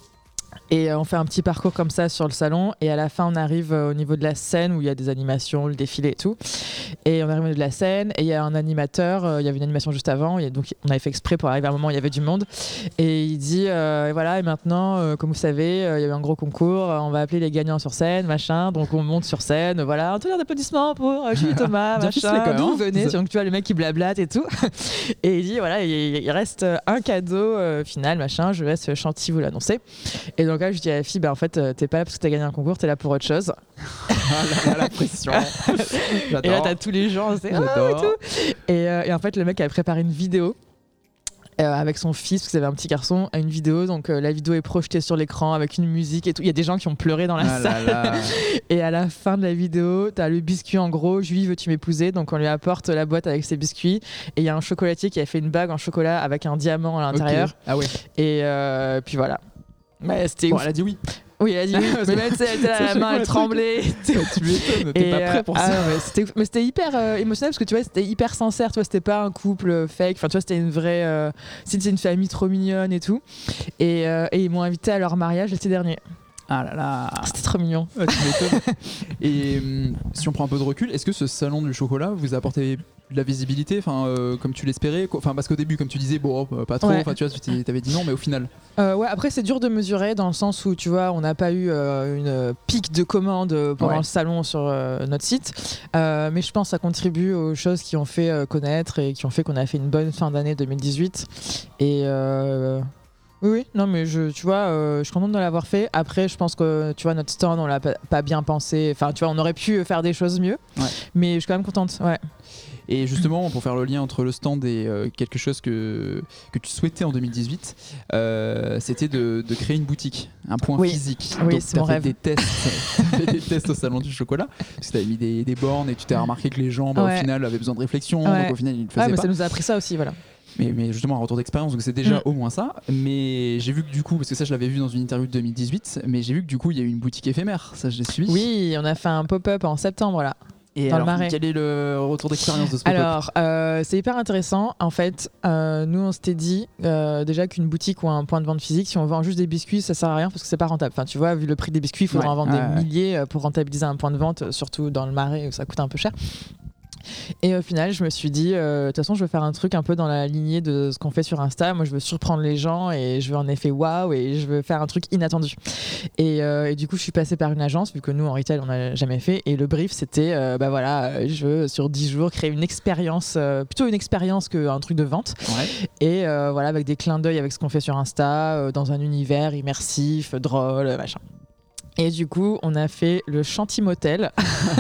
Et euh, on fait un petit parcours comme ça sur le salon et à la fin on arrive euh, au niveau de la scène où il y a des animations, le défilé et tout, et on arrive au niveau de la scène et il y a un animateur, euh, il y avait une animation juste avant et donc on avait fait exprès pour arriver à un moment où il y avait du monde et il dit euh, et voilà et maintenant euh, comme vous savez euh, il y a eu un gros concours, euh, on va appeler les gagnants sur scène machin, donc on monte sur scène, voilà un tonnerre d'applaudissements pour euh, Julie Thomas machin, d'où vous venez, donc tu vois le mec qui blablate et tout et il dit voilà il, il reste un cadeau euh, final machin, je laisse Chanty vous l'annoncer. Et donc là je dis à la fille bah en fait t'es pas là parce que t'as gagné un concours, t'es là pour autre chose. Ah là, là, la pression. Et là t'as tous les gens c'est, ah, et, tout. Et, euh, et en fait le mec avait préparé une vidéo euh, avec son fils parce qu'il avait un petit garçon, une vidéo, donc euh, la vidéo est projetée sur l'écran avec une musique et tout, il y a des gens qui ont pleuré dans la ah salle là là. Et à la fin de la vidéo t'as le biscuit en gros, Julie veux-tu m'épouser, donc on lui apporte la boîte avec ses biscuits et il y a un chocolatier qui a fait une bague en chocolat avec un diamant à l'intérieur. Okay. Ah ouais. Et euh, puis voilà. Ouais, c'était bon, ouf. elle a dit oui. Oui, elle a dit oui. Mais même, elle était là, la main, elle tremblait. Tu m'étonnes, t'es pas prêt pour euh, ça. Ah, mais, c'était, mais c'était hyper euh, émotionnel parce que tu vois, c'était hyper sincère. Tu vois, c'était pas un couple fake. Enfin, tu vois, c'était une vraie. Euh, c'était une famille trop mignonne et tout. Et, euh, et ils m'ont invité à leur mariage l'été dernier. Ah là là. C'était trop mignon. Ouais, tu m'étonnes. Et euh, si on prend un peu de recul, est-ce que ce salon du chocolat vous a apporté de la visibilité, enfin euh, comme tu l'espérais, enfin parce qu'au début comme tu disais bon pas trop, enfin ouais. Tu vois tu t'avais dit non mais au final. Euh, ouais après c'est dur de mesurer dans le sens où tu vois on n'a pas eu euh, une pique de commandes pendant ouais. le salon sur euh, notre site, euh, mais je pense que ça contribue aux choses qui ont fait euh, connaître et qui ont fait qu'on a fait une bonne fin d'année deux mille dix-huit et euh, oui, oui, non, mais je, tu vois, euh, je suis contente de l'avoir fait. Après, je pense que, tu vois, notre stand, on l'a pas, pas bien pensé. Enfin, tu vois, on aurait pu faire des choses mieux. Ouais. Mais je suis quand même contente, ouais. Et justement, pour faire le lien entre le stand et euh, quelque chose que, que tu souhaitais en deux mille dix-huit, euh, c'était de, de créer une boutique, un point oui. physique. Oui, donc, c'est mon rêve. Des tests, fait des tests au salon du chocolat, parce que tu avais mis des, des bornes et tu t'es remarqué que les gens, bah, ouais. au final, avaient besoin de réflexion. Ouais. Donc, au final, ils le faisaient ouais, mais pas. Ça nous a appris ça aussi, voilà. Mais, mais justement un retour d'expérience, donc c'est déjà mmh. au moins ça. Mais j'ai vu que du coup, parce que ça je l'avais vu dans une interview de deux mille dix-huit, mais j'ai vu que du coup il y a eu une boutique éphémère, ça je l'ai suivi. Oui, on a fait un pop-up en septembre là. Et dans alors, le Marais. Quel est le retour d'expérience de ce pop-up ? Alors, euh, c'est hyper intéressant. En fait, euh, nous on s'était dit euh, déjà qu'une boutique ou un point de vente physique, si on vend juste des biscuits, ça sert à rien parce que c'est pas rentable. Enfin, tu vois, vu le prix des biscuits, il faudra ouais, en vendre ouais, des ouais. milliers pour rentabiliser un point de vente, surtout dans le Marais où ça coûte un peu cher. Et au final, je me suis dit, euh, de toute façon, je veux faire un truc un peu dans la lignée de ce qu'on fait sur Insta. Moi, je veux surprendre les gens et je veux un effet waouh et je veux faire un truc inattendu. Et, euh, et du coup, je suis passée par une agence, vu que nous, en retail, on n'a jamais fait. Et le brief, c'était, euh, bah voilà, je veux sur dix jours créer une expérience, euh, plutôt une expérience qu'un truc de vente. Ouais. Et euh, voilà, avec des clins d'œil avec ce qu'on fait sur Insta, euh, dans un univers immersif, drôle, machin. Et du coup, on a fait le Chanty Motel.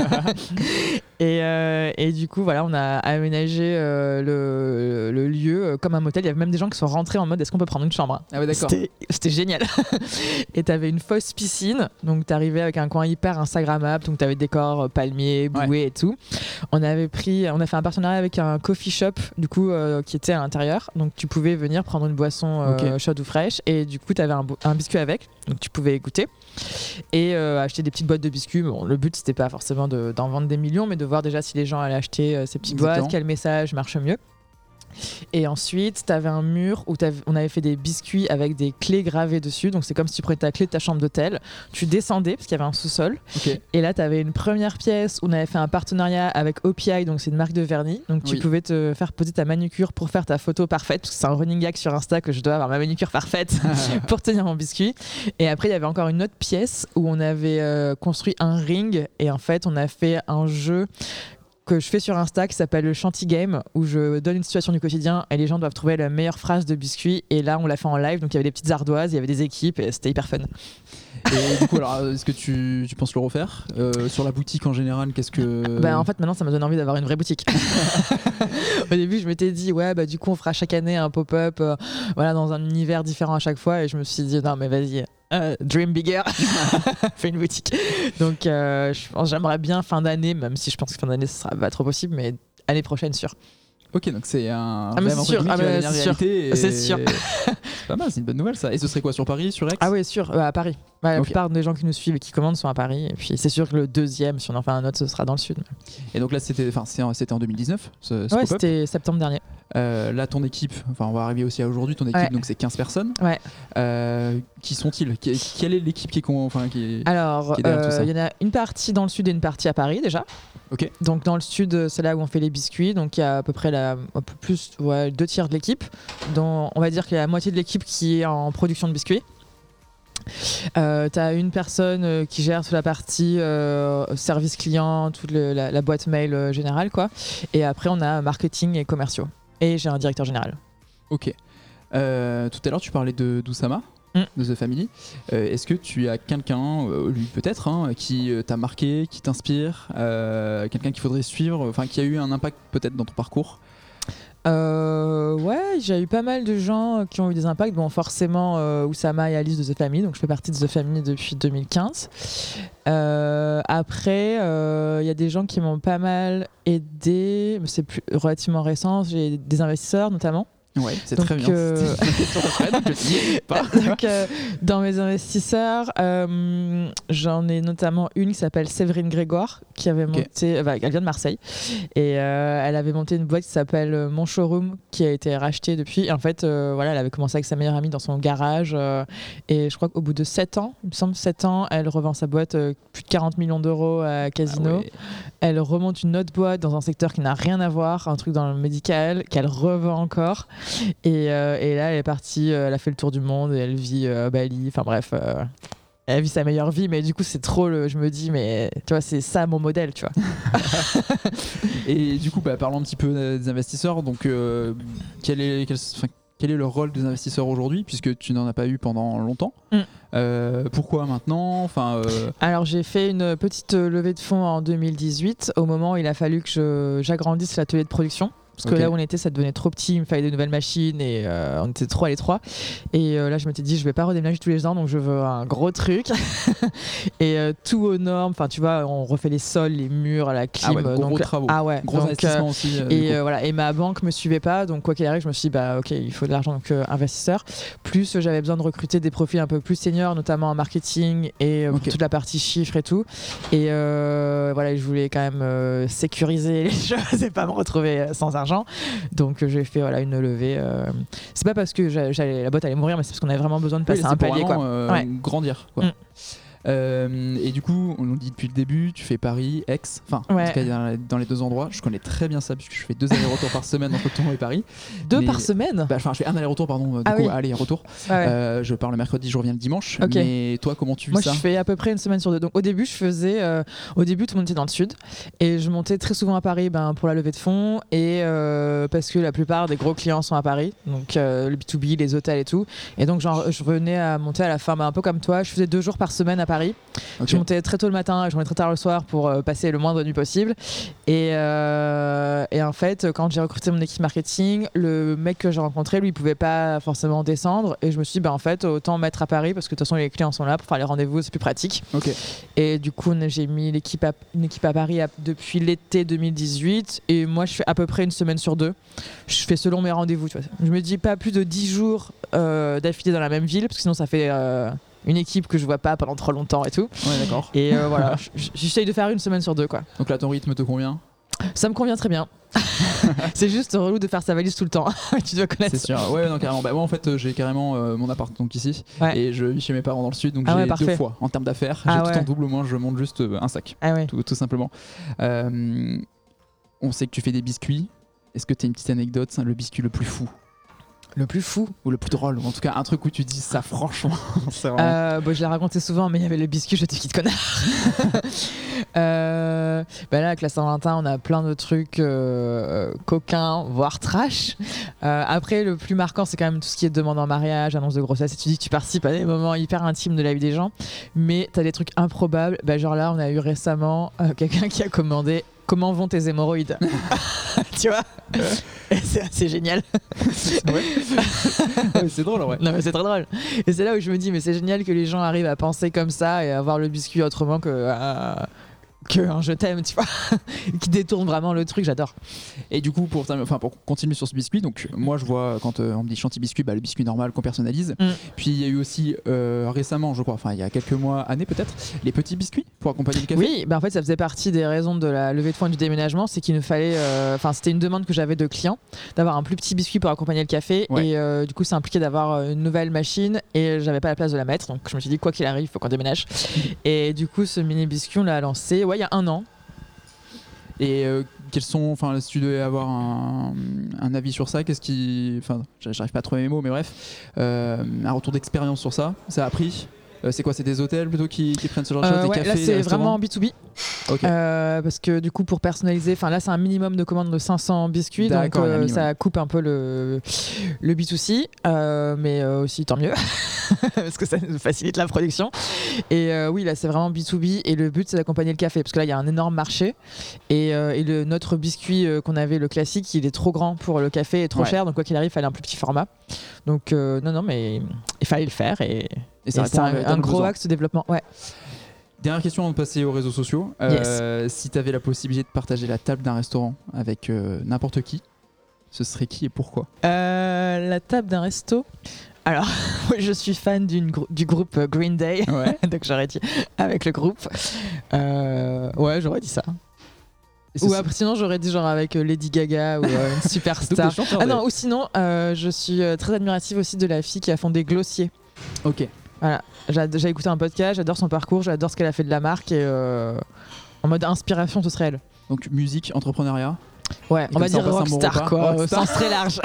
et, euh, et du coup, voilà, on a aménagé euh, le, le lieu euh, comme un motel. Il y avait même des gens qui sont rentrés en mode est-ce qu'on peut prendre une chambre ? Ah ouais, d'accord. C'était, c'était génial. Et t'avais une fausse piscine. Donc, t'arrivais avec un coin hyper Instagrammable. Donc, t'avais décor euh, palmier, bouée ouais. et tout. On avait pris, on a fait un partenariat avec un coffee shop, du coup, euh, qui était à l'intérieur. Donc, tu pouvais venir prendre une boisson euh, okay. chaude ou fraîche. Et du coup, t'avais un, un biscuit avec. Donc, tu pouvais goûter. Et euh, acheter des petites boîtes de biscuits. Bon, le but c'était pas forcément de, d'en vendre des millions, mais de voir déjà si les gens allaient acheter euh, ces petites Exactement. boîtes, quel message marche mieux. Et ensuite, tu avais un mur où on avait fait des biscuits avec des clés gravées dessus. Donc, c'est comme si tu prenais ta clé de ta chambre d'hôtel. Tu descendais, parce qu'il y avait un sous-sol. Okay. Et là, tu avais une première pièce où on avait fait un partenariat avec O P I, donc c'est une marque de vernis. Donc, tu oui. pouvais te faire poser ta manucure pour faire ta photo parfaite. Parce que c'est un running gag sur Insta que je dois avoir ma manucure parfaite pour tenir mon biscuit. Et après, il y avait encore une autre pièce où on avait euh, construit un ring. Et en fait, on a fait un jeu que je fais sur Insta qui s'appelle le Chanty Game, où je donne une situation du quotidien et les gens doivent trouver la meilleure phrase de biscuit. Et là, on l'a fait en live, donc il y avait des petites ardoises, il y avait des équipes et c'était hyper fun. Et du coup, alors, est-ce que tu, tu penses le refaire euh, sur la boutique en général? Qu'est-ce que bah, en fait, maintenant, ça me donne envie d'avoir une vraie boutique. Au début, je m'étais dit, ouais, bah du coup, on fera chaque année un pop-up, euh, voilà, dans un univers différent à chaque fois. Et je me suis dit, non, mais vas-y. Uh, dream bigger, fais une boutique. Donc, euh, je pense, j'aimerais bien fin d'année, même si je pense que fin d'année, ce sera pas trop possible, mais année prochaine, sûr. Ok, donc c'est un ah, rêve c'est sûr, qui ah, va bah, devenir c'est réalité. sûr. Et... C'est sûr. C'est pas mal, c'est une bonne nouvelle ça. Et ce serait quoi, sur Paris, sur Aix? Ah oui, sûr, euh, à Paris. Ouais, la okay. plupart des gens qui nous suivent et qui commandent sont à Paris. Et puis c'est sûr que le deuxième, si on en fait un autre, ce sera dans le sud. Et donc là, c'était, enfin, c'était en deux mille dix-neuf, ce, ce ouais, pop-up. C'était septembre dernier. Euh, là, ton équipe, enfin, on va arriver aussi à aujourd'hui. Ton équipe, ouais. donc c'est quinze personnes. Ouais. Euh, qui sont-ils? Quelle est l'équipe qui est, enfin, qui est Alors, il euh, y en a une partie dans le sud et une partie à Paris déjà. Ok. Donc dans le sud, c'est là où on fait les biscuits. Donc il y a à peu près la, un peu plus, ouais, deux tiers de l'équipe. Dont on va dire qu'il y a la moitié de l'équipe qui est en production de biscuits. Euh, t'as une personne euh, qui gère toute la partie euh, service client, toute le, la, la boîte mail euh, générale, quoi. Et après, on a marketing et commerciaux. Et j'ai un directeur général. Ok. Euh, tout à l'heure, tu parlais de d'Oussama, mm. de The Family. Euh, est-ce que tu as quelqu'un, euh, lui peut-être, hein, qui t'a marqué, qui t'inspire, euh, quelqu'un qu'il faudrait suivre, enfin qui a eu un impact peut-être dans ton parcours? Euh, ouais, j'ai eu pas mal de gens qui ont eu des impacts. Bon, forcément, euh, Oussama et Alice de The Family, donc je fais partie de The Family depuis deux mille quinze. Euh, après, il euh, y a des gens qui m'ont pas mal aidé, mais c'est plus relativement récent. J'ai des investisseurs notamment. Ouais, c'est donc, très bien. Euh... pas. donc, euh, dans mes investisseurs, euh, j'en ai notamment une qui s'appelle Séverine Grégoire, qui avait okay. monté, bah, elle vient de Marseille, et euh, elle avait monté une boîte qui s'appelle Mon Showroom, qui a été rachetée depuis. Et en fait, euh, voilà, elle avait commencé avec sa meilleure amie dans son garage, euh, et je crois qu'au bout de sept ans, il me semble sept ans, elle revend sa boîte euh, plus de quarante millions d'euros à Casino. Ah ouais. Elle remonte une autre boîte dans un secteur qui n'a rien à voir, un truc dans le médical, qu'elle revend encore. Et, euh, et là, elle est partie, euh, elle a fait le tour du monde et elle vit euh, à Bali. Enfin bref, euh, elle vit sa meilleure vie. Mais du coup, c'est trop. Le, je me dis, mais tu vois, c'est ça mon modèle, tu vois. Et du coup, bah, parlons un petit peu des investisseurs. Donc, euh, quel est, quel, quel est le rôle des investisseurs aujourd'hui, puisque tu n'en as pas eu pendant longtemps? Mm. Euh, pourquoi maintenant? Enfin, euh... Alors j'ai fait une petite levée de fonds en deux mille dix-huit, au moment où il a fallu que je, j'agrandisse l'atelier de production. Parce que okay. là où on était, ça devenait trop petit, il me fallait de nouvelles machines et euh, on était trop à l'étroit. Et euh, là, je m'étais dit, je vais pas redéménager tous les ans, donc je veux un gros truc. et euh, tout aux normes, enfin tu vois, on refait les sols, les murs, la clim. Ah ouais, donc, donc, gros travaux. Ah ouais, gros donc, investissement euh, aussi. Euh, et, euh, voilà, et ma banque me suivait pas, donc quoi qu'il arrive, je me suis dit, bah ok, il faut de l'argent, donc euh, investisseur. Plus euh, j'avais besoin de recruter des profils un peu plus seniors, notamment en marketing et euh, okay. toute la partie chiffres et tout. Et euh, voilà, je voulais quand même euh, sécuriser les choses et pas me retrouver sans argent. Donc Donc j'ai fait voilà, une levée. Euh... C'est pas parce que j'allais, la boîte allait mourir, mais c'est parce qu'on avait vraiment besoin de passer oui, un palier. Quoi. Euh, ouais. Grandir. Quoi. Mm. Euh, et du coup, on nous dit depuis le début, tu fais Paris, Aix, enfin, ouais. en tout cas dans, dans les deux endroits. Je connais très bien ça puisque je fais deux allers-retours par semaine entre Toulon et Paris. Deux mais, par semaine bah, enfin, je fais un aller-retour, pardon, du ah coup, oui. aller-retour. Ah ouais. euh, je pars le mercredi, je reviens le dimanche. Okay. Mais toi, comment tu vis Moi, ça? Moi, je fais à peu près une semaine sur deux. Donc, au début, je faisais. Euh, au début, tout le monde était dans le sud. Et je montais très souvent à Paris ben, pour la levée de fonds. Et euh, parce que la plupart des gros clients sont à Paris. Donc, euh, le B deux B, les hôtels et tout. Et donc, genre, je venais à monter à la fin, ben, un peu comme toi. Je faisais deux jours par semaine à Paris. Okay. Je montais très tôt le matin et je montais très tard le soir pour euh, passer le moindre nuit possible. Et, euh, et en fait, quand j'ai recruté mon équipe marketing, le mec que j'ai rencontré, lui, il pouvait pas forcément descendre. Et je me suis dit, bah, en fait, autant mettre à Paris parce que de toute façon, les clients sont là pour faire les rendez-vous, c'est plus pratique. Okay. Et du coup, j'ai mis l'équipe à, une équipe à Paris à, depuis l'été deux mille dix-huit. Et moi, je fais à peu près une semaine sur deux. Je fais selon mes rendez-vous. Tu vois. Je me dis pas plus de dix jours euh, d'affilée dans la même ville parce que sinon, ça fait. Euh, une équipe que je vois pas pendant trop longtemps et tout. Ouais, d'accord. Et euh, voilà, j'essaye de faire une semaine sur deux, quoi. Donc là, ton rythme te convient? Ça me convient très bien. C'est juste relou de faire sa valise tout le temps. Tu dois connaître. C'est sûr. Ouais, non, carrément. Bah, moi, en fait, j'ai carrément euh, mon appart donc ici Ouais. et je vis chez mes parents dans le sud, donc Ah j'ai ouais, parfait. deux fois en termes d'affaires. Ah j'ai ouais. tout en double. Moi, je monte juste euh, un sac, Ah ouais. tout, tout simplement. Euh, on sait que tu fais des biscuits. Est-ce que tu as une petite anecdote, le biscuit le plus fou Le plus fou. ou le plus drôle, ou en tout cas un truc où tu dis ça, franchement, c'est vraiment. Euh, bon, je l'ai raconté souvent, mais il y avait le biscuit, je te quitte connard. euh, bah là, avec la Saint-Valentin, on a plein de trucs euh, coquins, voire trash. Euh, après, le plus marquant, c'est quand même tout ce qui est demande en mariage, annonce de grossesse. Et tu dis que tu participes à des moments hyper intimes de la vie des gens, mais t'as des trucs improbables. Bah, genre là, on a eu récemment euh, quelqu'un qui a commandé comment vont tes hémorroïdes. Tu vois. Et c'est assez génial. Ouais. Ouais, c'est drôle, ouais. Non mais c'est très drôle. Et c'est là où je me dis mais c'est génial que les gens arrivent à penser comme ça et à voir le biscuit autrement que euh, que un je t'aime, tu vois, qui détourne vraiment le truc. J'adore. Et du coup, pour, enfin, pour continuer sur ce biscuit, donc moi je vois quand euh, on me dit chantilly biscuit, bah, le biscuit normal qu'on personnalise. Mm. Puis il y a eu aussi euh, récemment, je crois, enfin il y a quelques mois, années peut-être, les petits biscuits pour accompagner le café. Oui, bah en fait ça faisait partie des raisons de la levée de fonds et du déménagement, c'est qu'il nous fallait, enfin euh, c'était une demande que j'avais de clients d'avoir un plus petit biscuit pour accompagner le café. Ouais. Et euh, du coup ça impliquait d'avoir une nouvelle machine et j'avais pas la place de la mettre, donc je me suis dit quoi qu'il arrive, il faut qu'on déménage. Et du coup ce mini biscuit on l'a lancé, ouais, il y a un an. Et euh, quels sont, enfin, si tu devais avoir un, un avis sur ça, qu'est-ce qui, enfin, j'arrive pas à trouver mes mots, mais bref, euh, un retour d'expérience sur ça, ça a pris. Euh, c'est quoi, c'est des hôtels plutôt qui, qui prennent ce genre de choses, euh, des ouais, cafés, là c'est des vraiment B deux B. Okay. Euh, parce que du coup pour personnaliser, enfin là c'est un minimum de commandes de cinq cents biscuits, donc euh, ça coupe un peu le, le B deux C, euh, mais euh, aussi tant mieux parce que ça nous facilite la production. Et euh, oui là c'est vraiment B deux B et le but c'est d'accompagner le café parce que là il y a un énorme marché et, euh, et le, notre biscuit euh, qu'on avait, le classique, il est trop grand pour le café et trop ouais. cher, donc quoi qu'il arrive il fallait un plus petit format. Donc euh, non non mais il fallait le faire et, et, et c'est un, un gros besoin. Axe de développement. Ouais. Dernière question avant de passer aux réseaux sociaux. Euh, yes. Si tu avais la possibilité de partager la table d'un restaurant avec euh, n'importe qui, ce serait qui et pourquoi ? euh, La table d'un resto. Alors, je suis fan d'une gr- du groupe Green Day, ouais. donc j'aurais dit avec le groupe. Euh, ouais, j'aurais dit ça. Ou après, sinon j'aurais dit genre avec Lady Gaga ou euh, une superstar. Ah non, ou sinon euh, je suis très admirative aussi de la fille qui a fondé Glossier. Ok. Voilà, j'ai écouté un podcast, j'adore son parcours, j'adore ce qu'elle a fait de la marque et euh, en mode inspiration, ce serait elle. Donc musique, entrepreneuriat. Ouais, on va dire on rockstar bon quoi, au sens très large.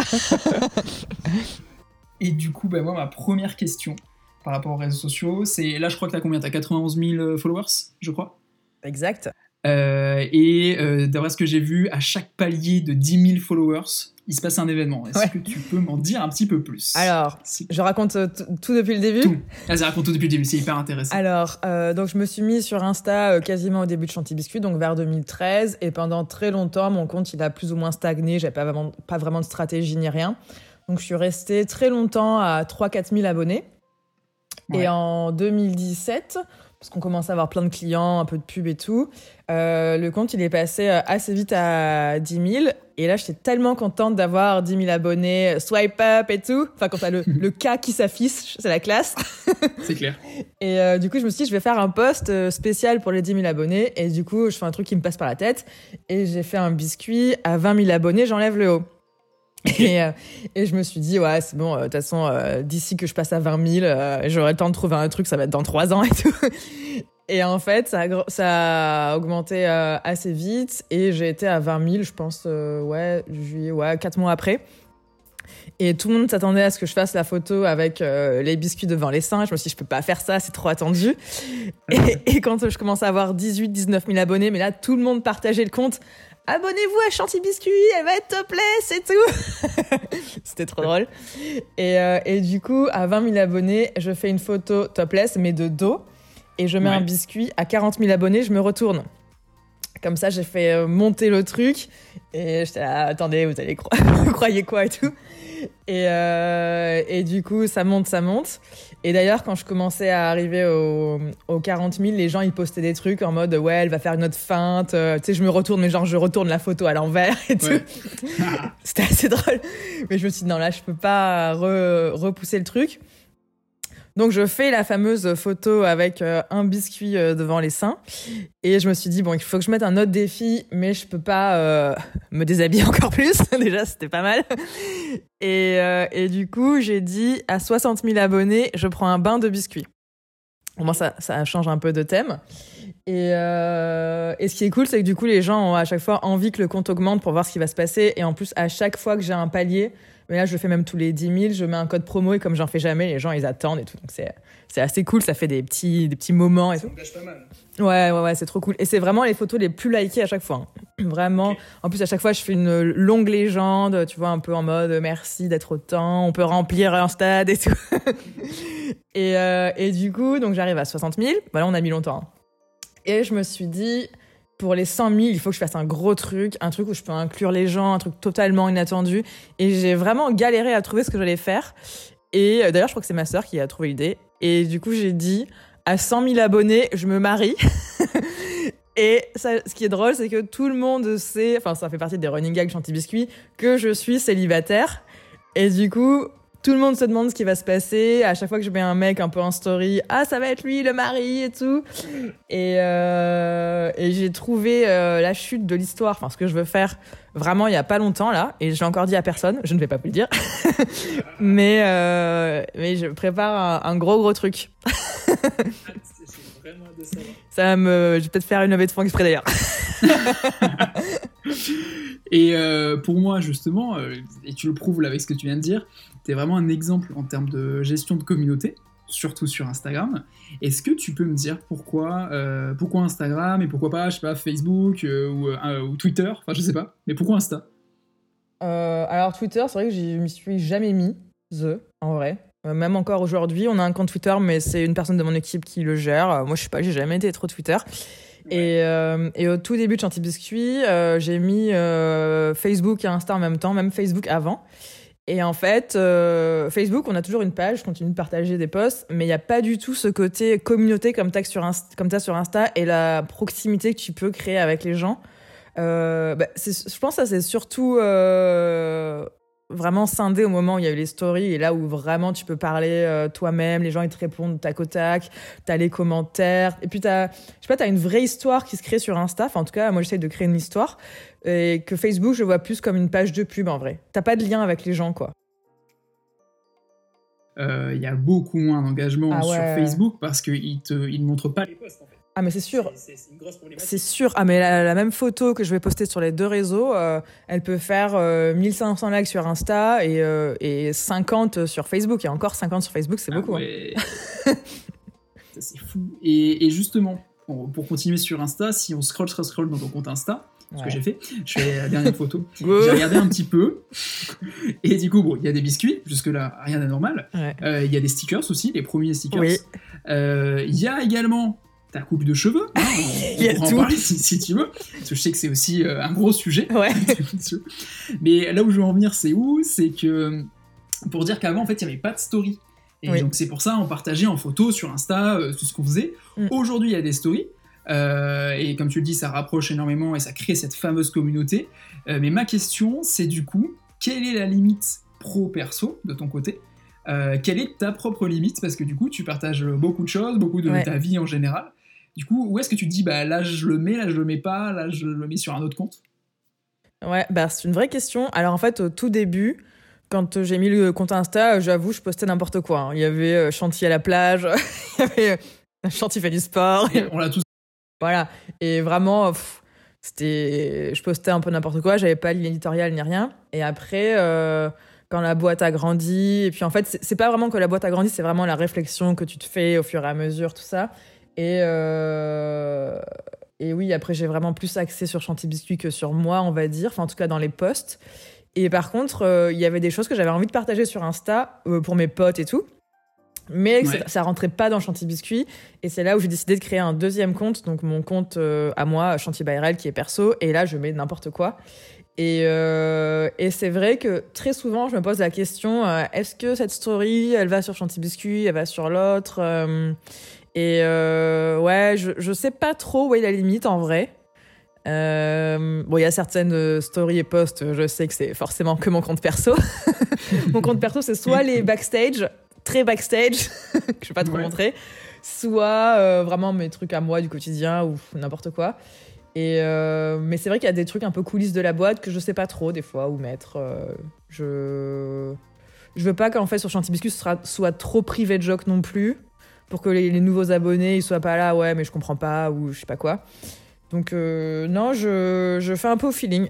Et du coup, bah, moi, ma première question par rapport aux réseaux sociaux, c'est là, je crois que t'as combien ? T'as quatre-vingt-onze mille followers, je crois. Exact. Euh, et euh, d'après ce que j'ai vu, à chaque palier de dix mille followers, il se passe un événement. Est-ce ouais. que tu peux m'en dire un petit peu plus ? Alors, si... je raconte t- tout depuis le début. Tout. Vas-y, raconte tout depuis le début, c'est hyper intéressant. Alors, euh, donc je me suis mis sur Insta euh, quasiment au début de Chantilly Biscuit, donc vers deux mille treize, et pendant très longtemps, mon compte il a plus ou moins stagné. J'avais pas vraiment, pas vraiment de stratégie ni rien. Donc je suis restée très longtemps à trois à quatre mille abonnés. Ouais. Et en deux mille dix-sept, parce qu'on commence à avoir plein de clients, un peu de pub et tout, euh, le compte il est passé assez vite à dix mille. Et là, j'étais tellement contente d'avoir dix mille abonnés, swipe up et tout. Enfin, quand t'as le, le K qui s'affiche, c'est la classe. C'est clair. Et euh, du coup, je me suis dit, je vais faire un post spécial pour les dix mille abonnés. Et du coup, je fais un truc qui me passe par la tête. Et j'ai fait un biscuit à vingt mille abonnés, j'enlève le haut. Et, euh, et je me suis dit, ouais, c'est bon, de euh, toute façon, euh, d'ici que je passe à vingt mille, euh, j'aurai le temps de trouver un truc, ça va être dans trois ans et tout. Et en fait, ça a, ça a augmenté euh, assez vite et j'ai été à vingt mille, je pense, euh, ouais, juillet, ouais, quatre mois après. Et tout le monde s'attendait à ce que je fasse la photo avec euh, les biscuits devant les seins. Je me suis dit, je peux pas faire ça, c'est trop attendu. Et, et quand je commence à avoir dix-huit, dix-neuf mille abonnés, mais là, tout le monde partageait le compte. Abonnez-vous à Chantilly Biscuit, elle va être topless et tout. C'était trop drôle. Et, euh, et du coup, à vingt mille abonnés, je fais une photo topless, mais de dos. Et je mets ouais. un biscuit à quarante mille abonnés, je me retourne. Comme ça, j'ai fait monter le truc. Et j'étais là, attendez, vous allez croire, vous croyez quoi et tout. Et, euh, et du coup, ça monte, ça monte. Et d'ailleurs, quand je commençais à arriver aux, aux quarante mille, les gens, ils postaient des trucs en mode, ouais, elle va faire une autre feinte. Euh, tu sais, je me retourne, mais genre, je retourne la photo à l'envers et tout. Ouais. C'était assez drôle. Mais je me suis dit, non, là, je peux pas re, repousser le truc. Donc je fais la fameuse photo avec euh, un biscuit euh, devant les seins et je me suis dit bon il faut que je mette un autre défi mais je peux pas euh, me déshabiller encore plus. Déjà c'était pas mal et, euh, et du coup j'ai dit à soixante mille abonnés je prends un bain de biscuits. Au moins ça, ça change un peu de thème et, euh, et ce qui est cool c'est que du coup les gens ont à chaque fois envie que le compte augmente pour voir ce qui va se passer et en plus à chaque fois que j'ai un palier, mais là je le fais même tous les dix mille, je mets un code promo et comme j'en fais jamais les gens ils attendent et tout, donc c'est, c'est assez cool, ça fait des petits, des petits moments et ça tout. engage pas mal. Ouais, ouais, ouais, c'est trop cool. Et c'est vraiment les photos les plus likées à chaque fois. Hein. Vraiment. Okay. En plus, à chaque fois, je fais une longue légende, tu vois, un peu en mode merci d'être autant, on peut remplir un stade et tout. et, euh, et du coup, donc j'arrive à soixante mille. Voilà, on a mis longtemps. Hein. Et je me suis dit, pour les cent mille, il faut que je fasse un gros truc, un truc où je peux inclure les gens, un truc totalement inattendu. Et j'ai vraiment galéré à trouver ce que j'allais faire. Et euh, d'ailleurs, je crois que c'est ma sœur qui a trouvé l'idée. Et du coup, j'ai dit, à cent mille abonnés, je me marie. Et ça, ce qui est drôle, c'est que tout le monde sait, enfin, ça fait partie des running gags Chanty Biscuit, que je suis célibataire. Et du coup, tout le monde se demande ce qui va se passer. À chaque fois que je mets un mec un peu en story, ah, ça va être lui, le mari et tout. Et, euh, et j'ai trouvé euh, la chute de l'histoire, enfin, ce que je veux faire vraiment il y a pas longtemps, là. Et je l'ai encore dit à personne, je ne vais pas vous le dire. mais, euh, mais je prépare un, un gros, gros truc. Ça va me... Je vais peut-être faire une levée de fonds exprès d'ailleurs. Et euh, pour moi, justement, euh, et tu le prouves là avec ce que tu viens de dire, t'es vraiment un exemple en termes de gestion de communauté, surtout sur Instagram. Est-ce que tu peux me dire pourquoi, euh, pourquoi Instagram et pourquoi pas, je sais pas, Facebook euh, ou, euh, ou Twitter, enfin je sais pas, mais pourquoi Insta euh, Alors Twitter, c'est vrai que je m'y suis jamais mis, the, en vrai. Même encore aujourd'hui, on a un compte Twitter, mais c'est une personne de mon équipe qui le gère. Moi, je sais pas, j'ai jamais été trop Twitter. Ouais. Et, euh, et au tout début de Chanty Biscuit, euh, j'ai mis euh, Facebook et Insta en même temps, même Facebook avant. Et en fait, euh, Facebook, on a toujours une page, je continue de partager des posts, mais il n'y a pas du tout ce côté communauté comme t'as sur Insta, comme t'as sur Insta et la proximité que tu peux créer avec les gens. Euh, bah, c'est, je pense que ça, c'est surtout... Euh, vraiment scindé au moment où il y a eu les stories et là où vraiment tu peux parler euh, toi-même, les gens ils te répondent tac au tac, t'as les commentaires et puis t'as, je sais pas, t'as une vraie histoire qui se crée sur Insta, enfin en tout cas moi j'essaie de créer une histoire et que Facebook je vois plus comme une page de pub en vrai, t'as pas de lien avec les gens quoi. Il euh, y a beaucoup moins d'engagement ah ouais. sur Facebook parce qu'ils te, ils ne montrent pas les posts en fait. Ah mais c'est sûr, c'est, c'est, c'est une grosse problématique. C'est sûr. Ah mais la, la même photo que je vais poster sur les deux réseaux, euh, elle peut faire euh, mille cinq cents likes sur Insta et, euh, et cinquante sur Facebook. Et encore cinquante sur Facebook, c'est ah beaucoup. Ouais. Hein. Ça, c'est fou. Et, et justement, pour, pour continuer sur Insta, si on scroll, scroll, scroll dans ton compte Insta, ce ouais. que j'ai fait, je fais la dernière photo, j'ai regardé un petit peu, et du coup, bon, il y a des biscuits, jusque-là, rien d'anormal. Il ouais. euh, y a des stickers aussi, les premiers stickers. Il oui. euh, y a également ta coupe de cheveux, hein, on, on pourra en parler si, si tu veux, parce que je sais que c'est aussi euh, un gros sujet. Ouais. Mais là où je veux en venir, c'est où ? C'est que, pour dire qu'avant, en fait, il n'y avait pas de story. Et oui. donc c'est pour ça, on partageait en photo sur Insta euh, tout ce qu'on faisait. Mm. Aujourd'hui, il y a des stories. Euh, et comme tu le dis, ça rapproche énormément et ça crée cette fameuse communauté. Euh, mais ma question, c'est du coup, quelle est la limite pro-perso de ton côté ? euh, Quelle est ta propre limite ? Parce que du coup, tu partages beaucoup de choses, beaucoup de ouais. ta vie en général. Du coup, où est-ce que tu te dis, bah là je le mets, là je le mets pas, là je le mets sur un autre compte ? Ouais, bah c'est une vraie question. Alors en fait, au tout début, quand j'ai mis le compte Insta, j'avoue, je postais n'importe quoi. Hein. Il y avait euh, Chanty à la plage, il y avait euh, Chanty fait du sport. Et on l'a tous. Voilà. Et vraiment, pff, c'était, je postais un peu n'importe quoi. J'avais pas l'éditorial ni rien. Et après, euh, quand la boîte a grandi, et puis en fait, c'est, c'est pas vraiment que la boîte a grandi, c'est vraiment la réflexion que tu te fais au fur et à mesure, tout ça. Et, euh... et oui, après, j'ai vraiment plus axé sur Chanty Biscuit que sur moi, on va dire. Enfin, en tout cas, dans les posts. Et par contre, il euh, y avait des choses que j'avais envie de partager sur Insta euh, pour mes potes et tout. Mais ouais. ça, ça rentrait pas dans Chanty Biscuit. Et c'est là où j'ai décidé de créer un deuxième compte. Donc, mon compte euh, à moi, Chanty by R L, qui est perso. Et là, je mets n'importe quoi. Et, euh, et c'est vrai que très souvent, je me pose la question, euh, est-ce que cette story, elle va sur Chanty Biscuit, elle va sur l'autre euh, Et euh, ouais, je, je sais pas trop où est la limite en vrai. Euh, bon, il y a certaines stories et posts, je sais que c'est forcément que mon compte perso. Mon compte perso, c'est soit les backstage, très backstage, que je vais pas trop Ouais. montrer, soit euh, vraiment mes trucs à moi du quotidien ou n'importe quoi. Et euh, mais c'est vrai qu'il y a des trucs un peu coulisses de la boîte que je sais pas trop des fois où mettre. Euh, je je veux pas qu'en fait sur Chanty Biscuit ce sera, soit trop privé de joke non plus pour que les, les nouveaux abonnés ils soient pas là ouais mais je comprends pas ou je sais pas quoi. Donc euh, non je je fais un peu au feeling.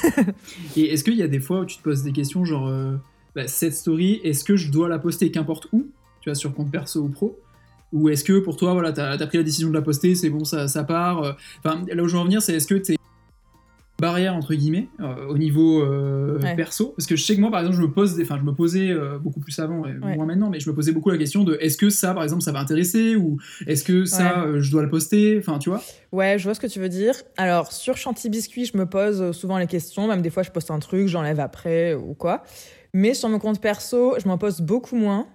Et est-ce qu'il y a des fois où tu te poses des questions genre euh, bah, cette story, est-ce que je dois la poster qu'importe où, tu vois, sur compte perso ou pro, ou est-ce que pour toi voilà t'as, as pris la décision de la poster, c'est bon ça, ça part euh... enfin là où je veux en venir c'est est-ce que t'es barrière entre guillemets euh, au niveau euh, Ouais. perso, parce que je sais que moi par exemple je me pose des... enfin je me posais euh, beaucoup plus avant et Ouais. moins maintenant, mais je me posais beaucoup la question de est-ce que ça par exemple ça va intéresser ou est-ce que ça Ouais. euh, je dois le poster, enfin tu vois. Ouais, je vois ce que tu veux dire. Alors, sur Chanty Biscuit, je me pose souvent les questions. Même des fois, je poste un truc, j'enlève après ou quoi. Mais sur mon compte perso, je m'en pose beaucoup moins.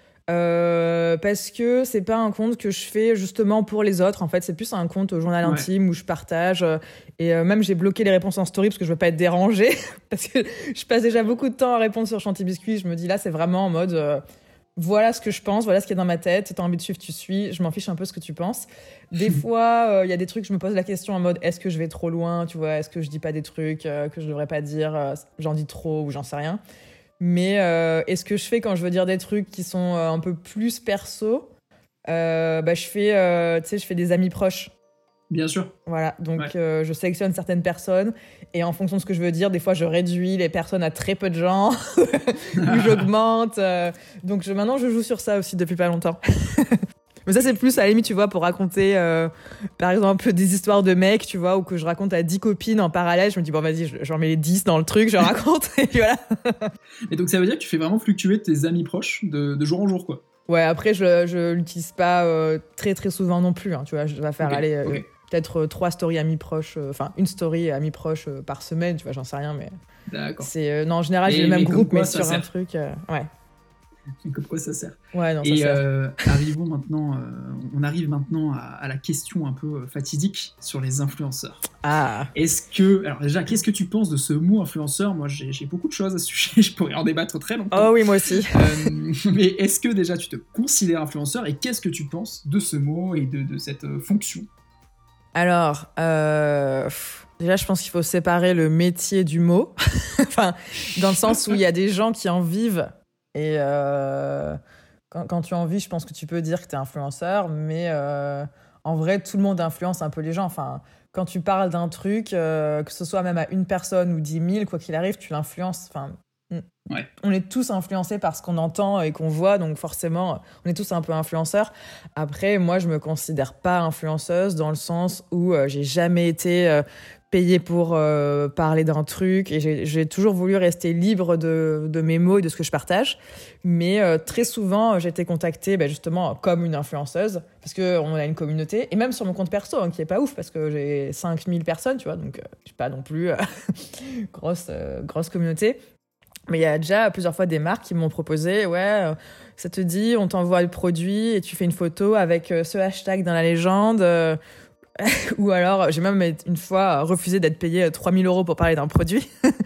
Euh, parce que c'est pas un compte que je fais justement pour les autres. En fait, c'est plus un compte journal Ouais. intime où je partage. euh, Et euh, même, j'ai bloqué les réponses en story parce que je veux pas être dérangée. Parce que je passe déjà beaucoup de temps à répondre sur Chanty Biscuit. Je me dis là, c'est vraiment en mode... euh, voilà ce que je pense, voilà ce qui est dans ma tête. Si t'as envie de suivre, tu suis. Je m'en fiche un peu ce que tu penses. Des fois, il euh, y a des trucs, je me pose la question en mode est-ce que je vais trop loin, tu vois, est-ce que je dis pas des trucs euh, que je devrais pas dire, euh, j'en dis trop ou j'en sais rien. Mais euh, est-ce que je fais quand je veux dire des trucs qui sont euh, un peu plus perso, euh, bah, je fais, euh, tu sais, je fais des amis proches. Bien sûr. Voilà, donc Ouais. euh, je sélectionne certaines personnes et en fonction de ce que je veux dire, des fois je réduis les personnes à très peu de gens ou j'augmente. euh, donc je, maintenant je joue sur ça aussi depuis pas longtemps. Mais ça c'est plus à la limite, tu vois, pour raconter euh, par exemple des histoires de mecs, tu vois, ou que je raconte à dix copines en parallèle. Je me dis bon vas-y, j'en mets les dix dans le truc, je raconte et puis voilà. Et donc ça veut dire que tu fais vraiment fluctuer tes amis proches de, de jour en jour quoi. Ouais, après je, je l'utilise pas euh, très très souvent non plus, hein, tu vois, je vais faire Ok, aller... euh, ok. peut-être euh, trois stories amis proches, euh, enfin une story amis proches euh, par semaine, tu vois, j'en sais rien, mais D'accord. c'est euh, non en général Mais- j'ai le même mais comme groupe, quoi, mais ça sur un sert. truc, euh, ouais, Comme quoi ça sert. ouais non ça Et sert. euh, arrivons maintenant, euh, on arrive maintenant à, à la question un peu fatidique sur les influenceurs. Ah, Est-ce que, alors déjà, qu'est-ce que tu penses de ce mot influenceur? Moi, j'ai j'ai beaucoup de choses à ce sujet, je pourrais en débattre très longtemps. oh oui moi aussi. Euh, mais est-ce que déjà tu te considères influenceur et qu'est-ce que tu penses de ce mot et de, de cette euh, fonction? Alors euh, pff, déjà je pense qu'il faut séparer le métier du mot, enfin dans le sens où il y a des gens qui en vivent et euh, quand, quand tu en vis, je pense que tu peux dire que t'es influenceur, mais euh, en vrai tout le monde influence un peu les gens. Enfin quand tu parles d'un truc, euh, que ce soit même à une personne ou dix mille, quoi qu'il arrive, tu l'influences. Enfin Ouais. on est tous influencés par ce qu'on entend et qu'on voit, donc forcément, on est tous un peu influenceurs. Après, moi, je me considère pas influenceuse dans le sens où euh, j'ai jamais été euh, payée pour euh, parler d'un truc et j'ai, j'ai toujours voulu rester libre de, de mes mots et de ce que je partage. Mais euh, très souvent, j'ai été contactée bah, justement comme une influenceuse parce qu'on a une communauté. Et même sur mon compte perso, hein, qui est pas ouf parce que j'ai cinq mille personnes, tu vois, donc euh, je suis pas non plus euh, grosse, euh, grosse communauté. Mais il y a déjà plusieurs fois des marques qui m'ont proposé, ouais, euh, ça te dit, on t'envoie le produit et tu fais une photo avec euh, ce hashtag dans la légende. euh, Ou alors, j'ai même une fois refusé d'être payé euh, trois mille euros pour parler d'un produit.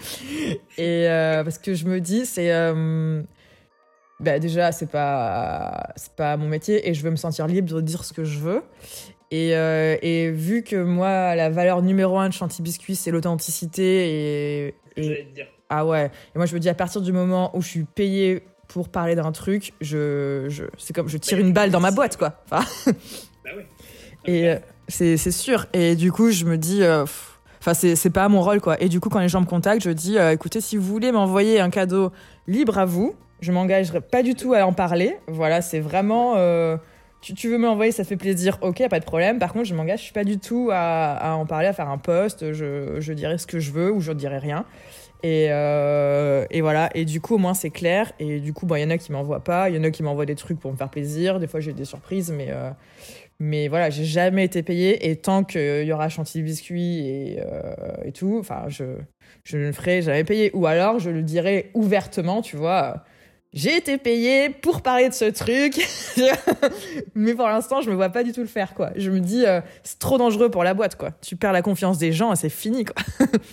Et euh, parce que je me dis, c'est... euh, bah déjà, c'est pas, c'est pas mon métier et je veux me sentir libre de dire ce que je veux. Et, euh, et vu que moi, la valeur numéro un de Chanty Biscuit, c'est l'authenticité et... et te dire. ah ouais. Et moi, je me dis, à partir du moment où je suis payée pour parler d'un truc, je, je, c'est comme je tire une balle dans ma boîte, quoi. Enfin, Bah ouais. et euh, c'est, c'est sûr. Et du coup, je me dis, euh, pff, enfin, c'est, c'est pas mon rôle, quoi. Et du coup, quand les gens me contactent, je dis, euh, écoutez, si vous voulez m'envoyer un cadeau libre à vous, je m'engagerai pas du tout à en parler. Voilà, c'est vraiment. Euh, tu, tu veux me l'envoyer, ça te fait plaisir, ok, pas de problème. Par contre, je m'engage, je suis pas du tout à, à en parler, à faire un post. Je, je dirai ce que je veux ou je dirai rien. Et, euh, et voilà, et du coup au moins c'est clair, et du coup il bon, y en a qui m'envoient pas, il y en a qui m'envoient des trucs pour me faire plaisir, des fois j'ai des surprises, mais, euh, mais voilà, j'ai jamais été payée, et tant qu'il y aura Chanty Biscuit et, euh, et tout, enfin je, je ne ferai jamais payer, ou alors je le dirai ouvertement, tu vois, j'ai été payée pour parler de ce truc, mais pour l'instant je me vois pas du tout le faire, quoi. Je me dis, euh, c'est trop dangereux pour la boîte, quoi. Tu perds la confiance des gens et c'est fini, quoi.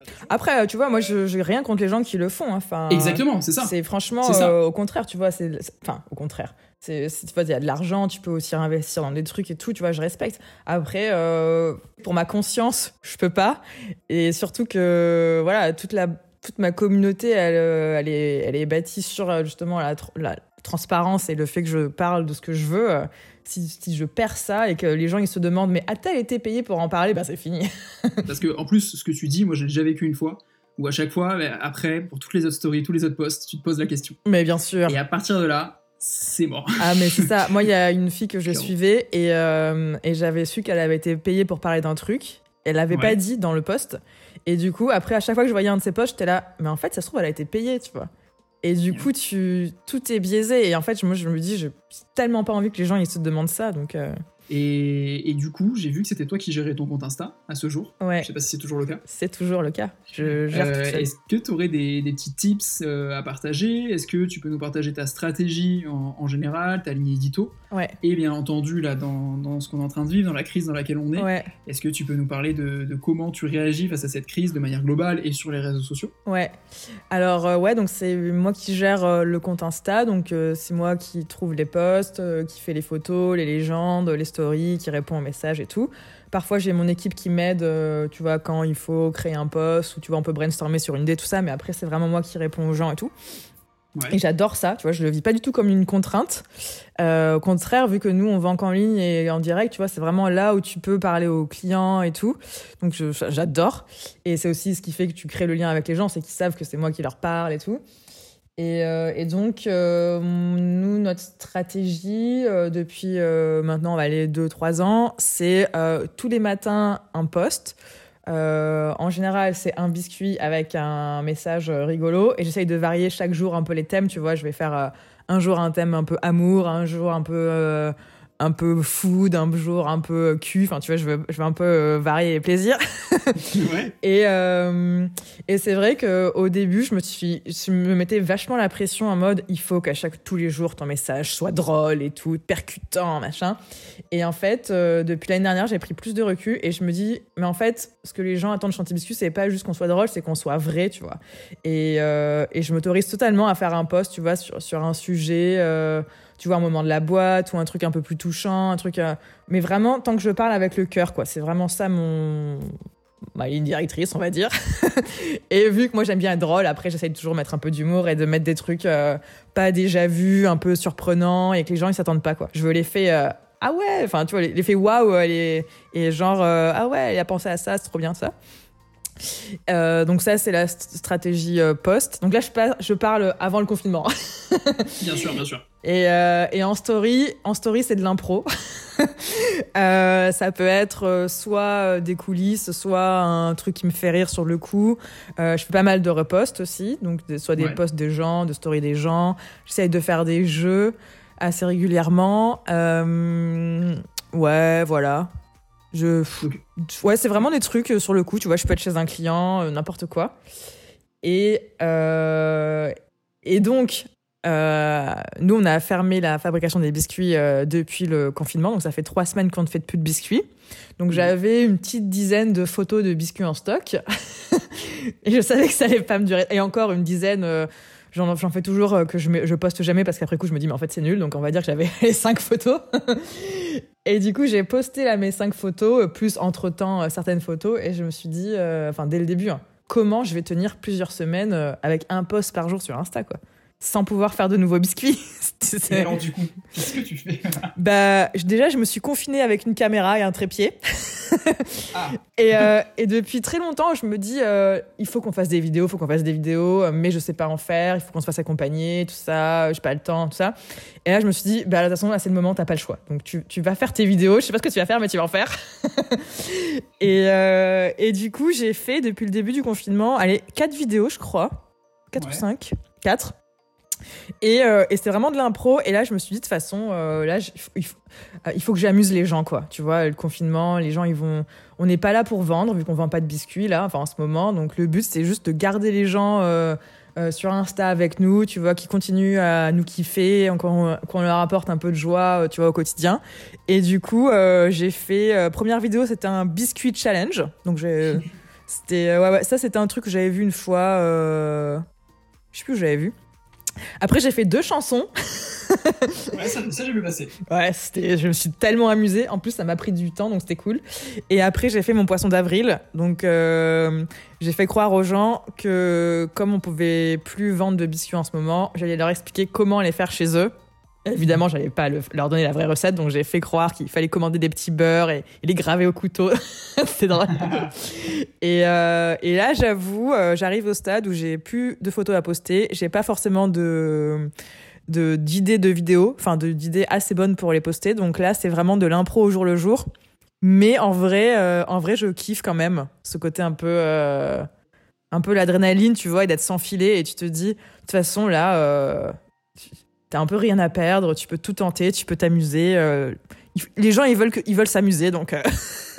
Après, tu vois, moi, je j'ai rien contre les gens qui le font. hein. Enfin, Exactement, c'est ça. C'est franchement, C'est ça. euh, au contraire, tu vois, c'est, c'est- enfin, au contraire. C'est, c'est- tu vois, il y a de l'argent, tu peux aussi investir dans des trucs et tout, tu vois, je respecte. Après, euh, pour ma conscience, je peux pas. Et surtout que, voilà, toute la, toute ma communauté, elle, euh, elle est, elle est bâtie sur euh, justement la, tr- la transparence et le fait que je parle de ce que je veux. Euh, Si, si je perds ça et que les gens ils se demandent mais a-t-elle été payée pour en parler, bah c'est fini. Parce que en plus, ce que tu dis, moi, j'ai déjà vécu une fois, où à chaque fois, bah, après, pour toutes les autres stories, tous les autres posts, tu te poses la question. Mais bien sûr. Et à partir de là, c'est mort. Ah mais c'est ça. Moi il y a une fille que je Clairement. suivais et, euh, et j'avais su qu'elle avait été payée pour parler d'un truc. Elle l'avait Ouais. pas dit dans le post. Et du coup après à chaque fois que je voyais un de ses posts, j'étais là mais en fait ça se trouve elle a été payée, tu vois. Et du Ouais. coup tu tout est biaisé et en fait moi je me dis j'ai tellement pas envie que les gens ils se demandent ça donc euh, Et, et du coup, j'ai vu que c'était toi qui gérais ton compte Insta à ce jour. ouais, Je sais pas si c'est toujours le cas. c'est toujours le cas. Je gère Euh, tout seul. Est-ce que tu aurais des, des petits tips euh, à partager? Est-ce que tu peux nous partager ta stratégie en, en général, ta ligne édito? Ouais. Et bien entendu, là, dans, dans ce qu'on est en train de vivre, dans la crise dans laquelle on est, Ouais. est-ce que tu peux nous parler de, de comment tu réagis face à cette crise de manière globale et sur les réseaux sociaux? Ouais. Alors euh, ouais, donc c'est moi qui gère euh, le compte Insta, donc euh, c'est moi qui trouve les posts, euh, qui fait les photos, les légendes, les stories, qui répond aux messages et tout. Parfois j'ai mon équipe qui m'aide, euh, tu vois, quand il faut créer un post ou tu vois on peut brainstormer sur une idée tout ça, mais après c'est vraiment moi qui réponds aux gens et tout. Ouais. Et j'adore ça, tu vois, je le vis pas du tout comme une contrainte. Euh, au contraire, vu que nous, on vend qu'en ligne et en direct, tu vois, c'est vraiment là où tu peux parler aux clients et tout. Donc, je- j'adore. Et c'est aussi ce qui fait que tu crées le lien avec les gens, c'est qu'ils savent que c'est moi qui leur parle et tout. Et, euh, et donc, euh, nous, notre stratégie, euh, depuis euh, maintenant, on va aller deux trois ans, c'est euh, tous les matins un post. Euh, en général, c'est un biscuit avec un message rigolo et j'essaye de varier chaque jour un peu les thèmes. Tu vois, je vais faire euh, un jour un thème un peu amour, un jour un peu euh, un peu food, un jour un peu cul. Enfin, tu vois, je veux je veux un peu euh, varier les plaisirs. Ouais. Et, euh, et c'est vrai qu'au début, je me, suis, je me mettais vachement la pression en mode il faut qu'à chaque tous les jours, ton message soit drôle et tout, percutant, machin. Et en fait, euh, depuis l'année dernière, j'ai pris plus de recul et je me dis mais en fait, ce que les gens attendent de Chanty Biscuit, c'est pas juste qu'on soit drôle, c'est qu'on soit vrai, tu vois. Et, euh, et je m'autorise totalement à faire un post, tu vois, sur, sur un sujet. Euh, tu vois, un moment de la boîte ou un truc un peu plus touchant, un truc. Euh... Mais vraiment, tant que je parle avec le cœur, quoi. C'est vraiment ça mon. Ma ligne directrice, on va dire. Et vu que moi j'aime bien être drôle, après j'essaye de toujours mettre un peu d'humour et de mettre des trucs euh, pas déjà vus, un peu surprenants et que les gens ils s'attendent pas, quoi. Je veux l'effet. Euh... Ah ouais, enfin tu vois, l'effet waouh, euh, les... et genre euh, ah ouais, il a pensé à ça, c'est trop bien ça. Euh, donc ça c'est la st- stratégie euh, post. Donc là je, par- je parle avant le confinement. Bien sûr, bien sûr. Et, euh, et en story, en story c'est de l'impro. euh, ça peut être euh, soit des coulisses, soit un truc qui me fait rire sur le coup. Euh, je fais pas mal de reposts aussi, donc des- soit des Ouais. posts des gens, de stories des gens. J'essaye de faire des jeux assez régulièrement. Euh, ouais, voilà. Je, Ok. ouais, c'est vraiment des trucs euh, sur le coup. Tu vois, je peux être chez un client, euh, n'importe quoi. Et euh, et donc. Euh, nous, on a fermé la fabrication des biscuits euh, depuis le confinement, donc ça fait trois semaines qu'on ne fait plus de biscuits. Donc j'avais une petite dizaine de photos de biscuits en stock, et je savais que ça allait pas me durer. Et encore une dizaine, euh, j'en, j'en fais toujours euh, que je, me, je poste jamais parce qu'après coup je me dis mais en fait c'est nul, donc on va dire que j'avais les cinq photos. Et du coup j'ai posté là mes cinq photos, euh, plus entre temps euh, certaines photos, et je me suis dit, enfin euh, dès le début, hein, comment je vais tenir plusieurs semaines euh, avec un post par jour sur Insta, quoi. Sans pouvoir faire de nouveaux biscuits. Et alors du coup, qu'est-ce que tu fais? Bah, je- déjà, je me suis confinée avec une caméra et un trépied. Ah. Et, euh, et depuis très longtemps, je me dis, euh, il faut qu'on fasse des vidéos, il faut qu'on fasse des vidéos, euh, mais je sais pas en faire, il faut qu'on se fasse accompagner, tout ça, j'ai pas le temps, tout ça. Et là, je me suis dit, bah, de toute façon, là, c'est le moment, t'as pas le choix. Donc, tu, tu vas faire tes vidéos, je sais pas ce que tu vas faire, mais tu vas en faire. et, euh, et du coup, j'ai fait, depuis le début du confinement, allez, quatre vidéos, je crois. Quatre Ouais. ou cinq. Quatre. Et, euh, et c'était vraiment de l'impro. Et là, je me suis dit, de toute façon, euh, là, je- il faut, euh, il faut que j'amuse les gens, quoi. Tu vois, le confinement, les gens, ils vont. On n'est pas là pour vendre, vu qu'on vend pas de biscuits, là, enfin, en ce moment. Donc, le but, c'est juste de garder les gens euh, euh, sur Insta avec nous, tu vois, qui continuent à nous kiffer, qu'on, qu'on leur apporte un peu de joie, euh, tu vois, au quotidien. Et du coup, euh, j'ai fait. Euh, première vidéo, c'était un biscuit challenge. Donc, j'ai. C'était, euh, ouais, ouais, ça, c'était un truc que j'avais vu une fois. Euh... Je sais plus où j'avais vu. Après, j'ai fait deux chansons. Ouais, ça, ça j'ai vu passer. Ouais, c'était, je me suis tellement amusée. En plus, ça m'a pris du temps, donc c'était cool. Et après, j'ai fait mon poisson d'avril. Donc, euh, j'ai fait croire aux gens que, comme on pouvait plus vendre de biscuits en ce moment, j'allais leur expliquer comment les faire chez eux. Évidemment, j'allais pas le, leur donner la vraie recette, donc j'ai fait croire qu'il fallait commander des petits beurres et, et les graver au couteau. C'était drôle. Et, euh, et là, j'avoue, euh, j'arrive au stade où j'ai plus de photos à poster. J'ai pas forcément de, de d'idées de vidéos, enfin de, d'idées assez bonnes pour les poster. Donc là, c'est vraiment de l'impro au jour le jour. Mais en vrai, euh, en vrai, je kiffe quand même ce côté un peu, euh, un peu l'adrénaline, tu vois, et d'être sans filet. Et tu te dis, de toute façon, là. Euh, T'as un peu rien à perdre, tu peux tout tenter, tu peux t'amuser. Euh, les gens, ils veulent, que, ils veulent s'amuser, donc... Euh...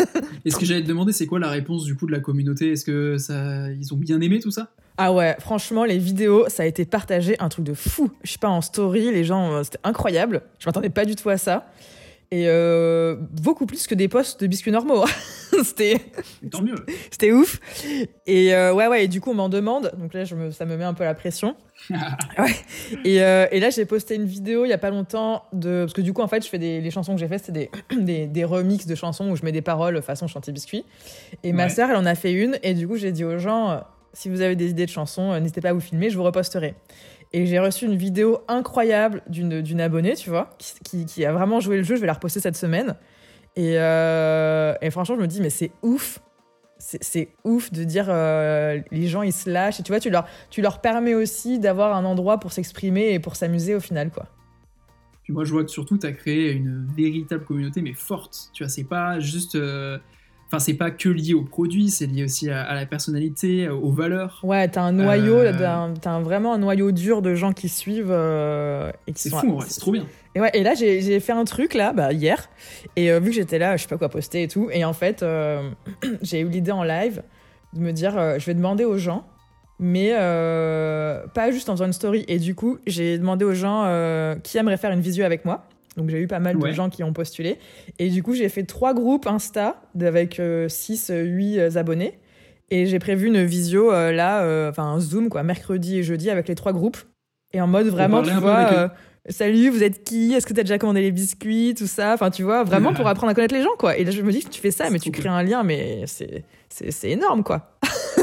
Et ce que j'allais te demander, c'est quoi la réponse du coup de la communauté ? Est-ce que ça, ils ont bien aimé tout ça ? Ah ouais, franchement, les vidéos, ça a été partagé, un truc de fou. Je sais pas, en story, les gens, euh, c'était incroyable. Je m'attendais pas du tout à ça. Et euh, beaucoup plus que des posts de biscuits normaux. C'était... Tant mieux. C'était ouf. Et euh, ouais, ouais, et du coup, on m'en demande. Donc là, je me, ça me met un peu la pression. Ouais. Et, euh, et là, j'ai posté une vidéo il y a pas longtemps de... Parce que du coup, en fait, je fais des... les chansons que j'ai faites, c'est des... des, des remixes de chansons où je mets des paroles façon chanter biscuit. Et ma Ouais. sœur, elle en a fait une. Et du coup, j'ai dit aux gens, euh, si vous avez des idées de chansons, euh, n'hésitez pas à vous filmer, je vous reposterai. Et j'ai reçu une vidéo incroyable d'une, d'une abonnée, tu vois, qui, qui, qui a vraiment joué le jeu. Je vais la reposter cette semaine. Et, euh, et franchement, je me dis, mais c'est ouf. C'est, c'est ouf de dire euh, les gens, ils se lâchent. Et tu vois, tu leur, tu leur permets aussi d'avoir un endroit pour s'exprimer et pour s'amuser au final, quoi. Puis moi, je vois que surtout, tu as créé une véritable communauté, mais forte. Tu vois, c'est pas juste... euh, Enfin, c'est pas que lié au produit, c'est lié aussi à, à la personnalité, aux valeurs. Ouais, t'as un noyau, Euh, d'un- t'as un- vraiment un noyau dur de gens qui suivent euh, et qui C'est sont... fou, en vrai, c'est trop bien. Et, ouais, et là, j'ai, j'ai fait un truc, là, bah, hier. Et euh, vu que j'étais là, je sais pas quoi poster et tout. Et en fait, euh, j'ai eu l'idée en live de me dire, euh, je vais demander aux gens, mais euh, pas juste en faisant une story. Et du coup, j'ai demandé aux gens euh, qui aimeraient faire une visio avec moi. Donc, j'ai eu pas mal Ouais. de gens qui ont postulé. Et du coup, j'ai fait trois groupes Insta avec six, huit abonnés. Et j'ai prévu une visio, euh, là, euh, enfin un Zoom, quoi, mercredi et jeudi avec les trois groupes. Et en mode vraiment, parler tu un peu vois... avec eux. euh, Salut, vous êtes qui ? Est-ce que t'as déjà commandé les biscuits ? Tout ça. Enfin, tu vois, vraiment pour apprendre à connaître les gens, quoi. Et là, je me dis que tu fais ça, C'est mais tu trop crées un lien, mais c'est, c'est, c'est énorme, quoi.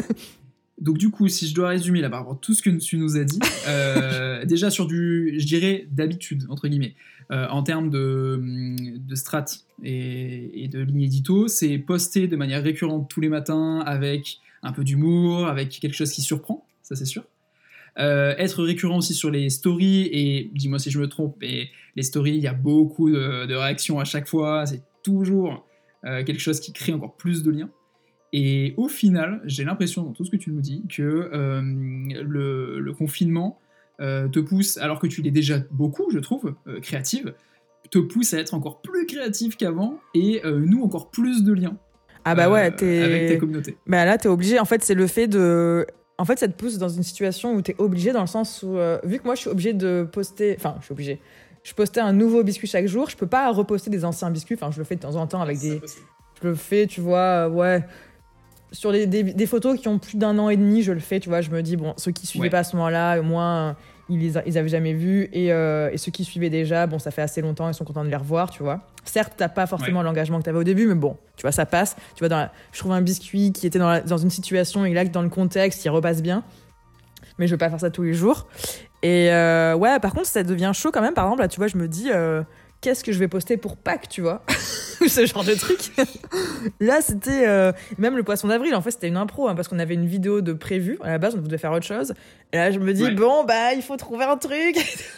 Donc du coup, si je dois résumer là par rapport à tout ce que tu nous as dit, euh, déjà sur du, je dirais, d'habitude, entre guillemets, euh, en termes de, de strat et, et de ligne édito, c'est poster de manière récurrente tous les matins avec un peu d'humour, avec quelque chose qui surprend, ça c'est sûr. Euh, être récurrent aussi sur les stories, et dis-moi si je me trompe, mais les stories, il y a beaucoup de, de réactions à chaque fois, c'est toujours euh, quelque chose qui crée encore plus de liens. Et au final, j'ai l'impression, dans tout ce que tu nous dis, que euh, le, le confinement euh, te pousse, alors que tu l'es déjà beaucoup, je trouve, euh, créative, te pousse à être encore plus créatif qu'avant et euh, nous encore plus de liens Ah bah ouais, euh, t'es... avec ta communauté. Bah là, t'es obligé. En fait, c'est le fait de... En fait, ça te pousse dans une situation où t'es obligé, dans le sens où... euh, vu que moi, je suis obligée de poster... Enfin, je suis obligée. Je postais un nouveau biscuit chaque jour. Je peux pas reposter des anciens biscuits. Enfin, je le fais de temps en temps avec des... Je le fais, tu vois, euh, ouais... Sur des, des, des photos qui ont plus d'un an et demi, je le fais, tu vois. Je me dis, bon, ceux qui suivaient Ouais. pas à ce moment-là, au moins, ils les a- ils avaient jamais vu. Et, euh, et ceux qui suivaient déjà, bon, ça fait assez longtemps, ils sont contents de les revoir, tu vois. Certes, t'as pas forcément Ouais. l'engagement que t'avais au début, mais bon, tu vois, ça passe. Tu vois, dans la- je trouve un biscuit qui était dans, la- dans une situation et là, dans le contexte, il repasse bien. Mais je veux pas faire ça tous les jours. Et euh, ouais, par contre, ça devient chaud quand même. Par exemple, là, tu vois, je me dis, euh, qu'est-ce que je vais poster pour Pâques, tu vois? Ce genre de truc. Là, c'était euh, même le poisson d'avril. En fait, c'était une impro hein, parce qu'on avait une vidéo de prévue. À la base, on devait faire autre chose. Et là, je me dis, Ouais. bon, bah, il faut trouver un truc.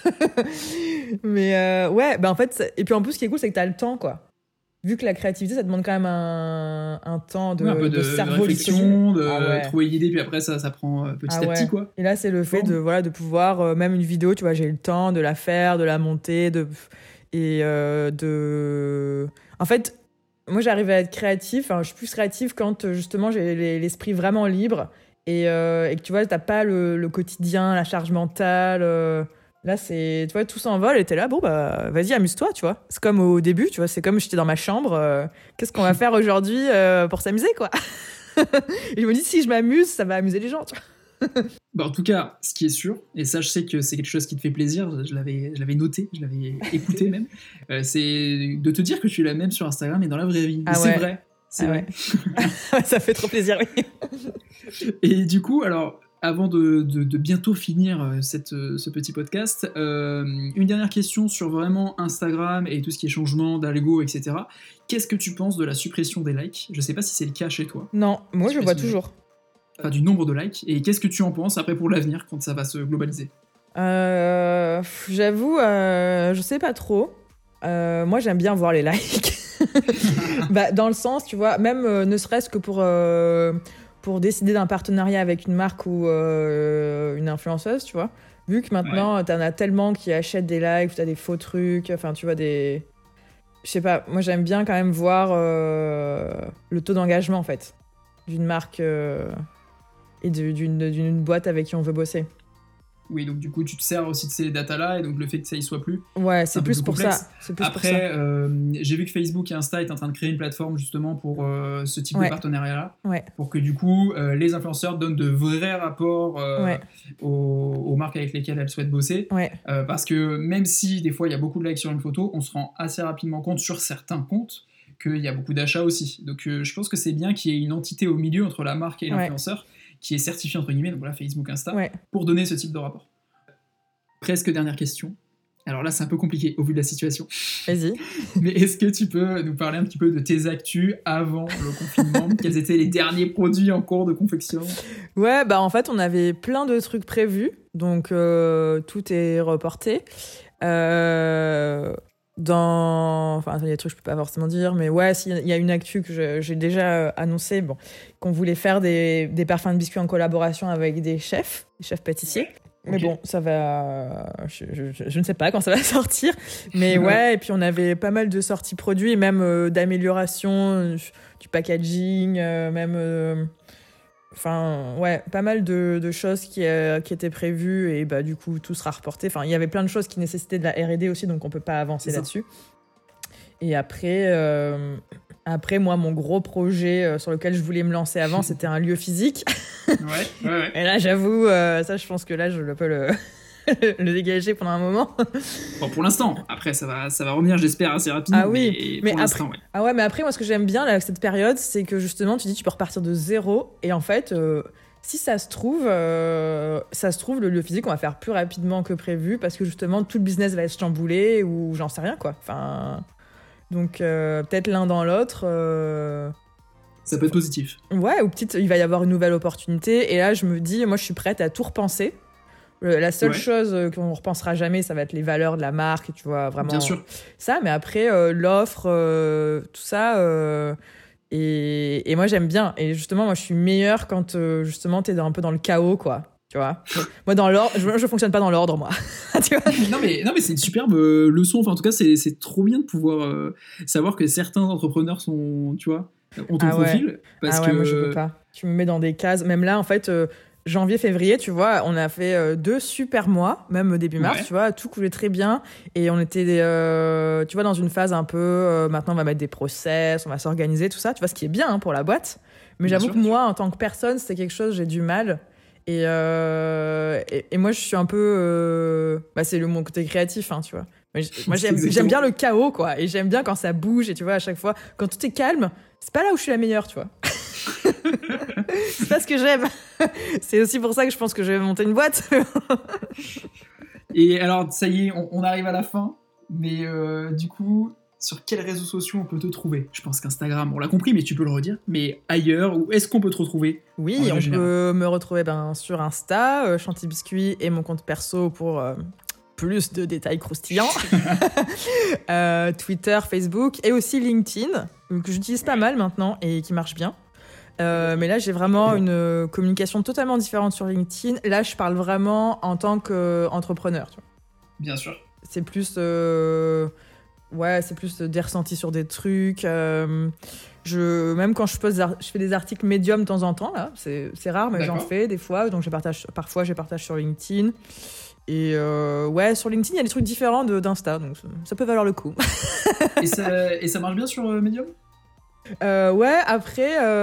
Mais euh, ouais, bah en fait, ça- et puis en plus, ce qui est cool, c'est que t'as le temps, quoi. Vu que la créativité, ça demande quand même un, un temps de, Ouais, un peu de, de de cerveau réflexion, de Ah ouais. trouver l'idée, puis après ça, ça prend euh, petit Ah à ouais. petit, quoi. Et là, c'est le fait Bon. de, voilà, de pouvoir, euh, même une vidéo, tu vois, j'ai le temps de la faire, de la monter, de... et euh, de... En fait, moi, j'arrive à être créatif, enfin, je suis plus créative quand, euh, justement, j'ai les- l'esprit vraiment libre et, euh, et que, tu vois, t'as pas le, le quotidien, la charge mentale... euh, Là, c'est, tu vois, tout s'envole et t'es là, bon, bah, vas-y, amuse-toi, tu vois. C'est comme au début, tu vois, c'est comme j'étais dans ma chambre, euh, qu'est-ce qu'on va faire aujourd'hui euh, pour s'amuser, quoi. Et je me dis, si je m'amuse, ça va amuser les gens, tu vois. Bah, en tout cas, ce qui est sûr, et ça je sais que c'est quelque chose qui te fait plaisir, je l'avais, je l'avais noté, je l'avais écouté même, euh, c'est de te dire que tu es la même sur Instagram et dans la vraie vie. Ah et ouais. C'est vrai, c'est Ah vrai. Ouais. Ça fait trop plaisir, oui. Et du coup, alors, avant de, de, de bientôt finir cette, ce petit podcast, euh, une dernière question sur vraiment Instagram et tout ce qui est changement d'algo, et cetera. Qu'est-ce que tu penses de la suppression des likes ? Je sais pas si c'est le cas chez toi. Non, moi je vois Suppression des- toujours. Enfin, du nombre de likes. Et qu'est-ce que tu en penses après pour l'avenir quand ça va se globaliser ? Euh, pff, j'avoue, euh, je sais pas trop. Euh, moi, j'aime bien voir les likes. Bah, dans le sens, tu vois, même euh, ne serait-ce que pour, euh, pour décider d'un partenariat avec une marque ou euh, une influenceuse, tu vois. Vu que maintenant, t'en as tellement qui achètent des likes, ou t'as des faux trucs, enfin, tu vois, des... Je sais pas, moi, j'aime bien quand même voir euh, le taux d'engagement, en fait, d'une marque euh, et de- d'une d'une boîte avec qui on veut bosser. Oui, donc du coup, tu te sers aussi de ces datas-là, et donc le fait que ça y soit plus. Ouais, un c'est peu plus plus pour complexe. ça. C'est plus pour Après, ça. euh, j'ai vu que Facebook et Insta est en train de créer une plateforme justement pour euh, ce type Ouais. de partenariat-là, Ouais. pour que du coup, euh, les influenceurs donnent de vrais rapports euh, Ouais. aux, aux marques avec lesquelles elles souhaitent bosser. Ouais. Euh, parce que même si des fois il y a beaucoup de likes sur une photo, on se rend assez rapidement compte sur certains comptes qu'il y a beaucoup d'achats aussi. Donc euh, je pense que c'est bien qu'il y ait une entité au milieu entre la marque et Ouais. l'influenceur qui est certifiée entre guillemets, donc voilà, Facebook, Insta, Ouais. pour donner ce type de rapport. Presque dernière question. Alors là, c'est un peu compliqué au vu de la situation. Vas-y. Mais est-ce que tu peux nous parler un petit peu de tes actus avant le confinement ? Quels étaient les derniers produits en cours de confection ? Ouais, bah en fait, on avait plein de trucs prévus, donc euh, tout est reporté. Euh, dans... Enfin, il y a des trucs que je peux pas forcément dire, mais ouais, s'il y a une actu que je- j'ai déjà euh, annoncée, bon, qu'on voulait faire des, des parfums de biscuits en collaboration avec des chefs, des chefs pâtissiers. Mais Ok. bon, ça va... Je, je- je ne sais pas quand ça va sortir. Mais Ouais. ouais, et puis on avait pas mal de sorties produits, et même euh, d'amélioration, euh, du packaging, euh, même... euh, Enfin, ouais, pas mal de, de choses qui, euh, qui étaient prévues, et bah du coup, tout sera reporté. Enfin, il y avait plein de choses qui nécessitaient de la R et D aussi, donc on peut pas avancer C'est ça. là-dessus. Et après... euh, Après, moi, mon gros projet euh, sur lequel je voulais me lancer avant, c'était un lieu physique. Ouais, ouais, ouais. Et là, j'avoue, euh, ça, je pense que là, je peux le, le dégager pendant un moment. Bon, pour l'instant. Après, ça va, ça va revenir, j'espère, assez rapidement. Ah oui, mais, mais pour l'instant, ouais. Ah ouais, mais après, moi, ce que j'aime bien là, avec cette période, c'est que justement, tu dis, tu peux repartir de zéro. Et en fait, euh, si ça se trouve, euh, ça se trouve, le lieu physique, on va faire plus rapidement que prévu parce que justement, tout le business va être chamboulé ou j'en sais rien, quoi. Enfin, donc, euh, peut-être l'un dans l'autre. euh, Ça peut être positif. Ouais, ou peut-être il va y avoir une nouvelle opportunité. Et là, je me dis, moi, je suis prête à tout repenser. Le- La seule Ouais. chose euh, qu'on repensera jamais, ça va être les valeurs de la marque, tu vois, vraiment. Bien sûr. Ça, mais après, euh, l'offre, euh, tout ça. euh, et, et moi, j'aime bien. Et justement, moi, je suis meilleure quand, euh, justement, t'es dans- un peu dans le chaos, quoi. Tu vois. Moi, dans l'ordre, je, je fonctionne pas dans l'ordre, moi. Tu vois. non, mais, non, mais c'est une superbe euh, leçon. Enfin, en tout cas, c'est, c'est trop bien de pouvoir euh, savoir que certains entrepreneurs sont, tu vois, ont ton Ah ouais. profil. Parce Ah ouais, que... moi, je peux pas. Tu me mets dans des cases. Même là, en fait, euh, janvier, février, tu vois, on a fait euh, deux super mois, même début mars, Ouais. tu vois, tout coulait très bien. Et on était, euh, tu vois, dans une phase un peu, euh, maintenant, on va mettre des process, on va s'organiser, tout ça, tu vois, ce qui est bien hein, pour la boîte. Mais Bien j'avoue sûr, que bien moi, en tant que personne, c'est quelque chose, j'ai du mal. Et, euh, et, et moi, je suis un peu... euh, bah, c'est le mon côté créatif, hein, tu vois. Moi, j- Moi, j'aime, Exactement. j'aime bien le chaos, quoi. Et j'aime bien quand ça bouge. Et tu vois, à chaque fois, quand tout est calme, c'est pas là où je suis la meilleure, tu vois. C'est pas ce que j'aime. C'est aussi pour ça que je pense que je vais monter une boîte. Et alors, ça y est, on, on arrive à la fin. Mais euh, du coup, sur quels réseaux sociaux on peut te trouver ? Je pense qu'Instagram, on l'a compris, mais tu peux le redire. Mais ailleurs, où est-ce qu'on peut te retrouver ? Oui, En règle on générale. peut me retrouver ben, sur Insta, euh, Chanty Biscuit, et mon compte perso pour euh, plus de détails croustillants. Euh, Twitter, Facebook, et aussi LinkedIn, euh, que j'utilise pas mal maintenant et qui marche bien. Euh, mais là, j'ai vraiment une euh, communication totalement différente sur LinkedIn. Là, je parle vraiment en tant qu'entrepreneur. Tu vois. Bien sûr. C'est plus, euh, ouais, c'est plus des ressentis sur des trucs. euh, je, même quand je, pose, je fais des articles médium de temps en temps, là, c'est, c'est rare, mais j'en D'accord. fais des fois. Donc, je partage, parfois, je partage sur LinkedIn. Et euh, ouais, sur LinkedIn, il y a des trucs différents de, d'Insta, donc ça, ça peut valoir le coup. Et ça, et ça marche bien sur euh, Medium ? Euh, ouais, après, euh,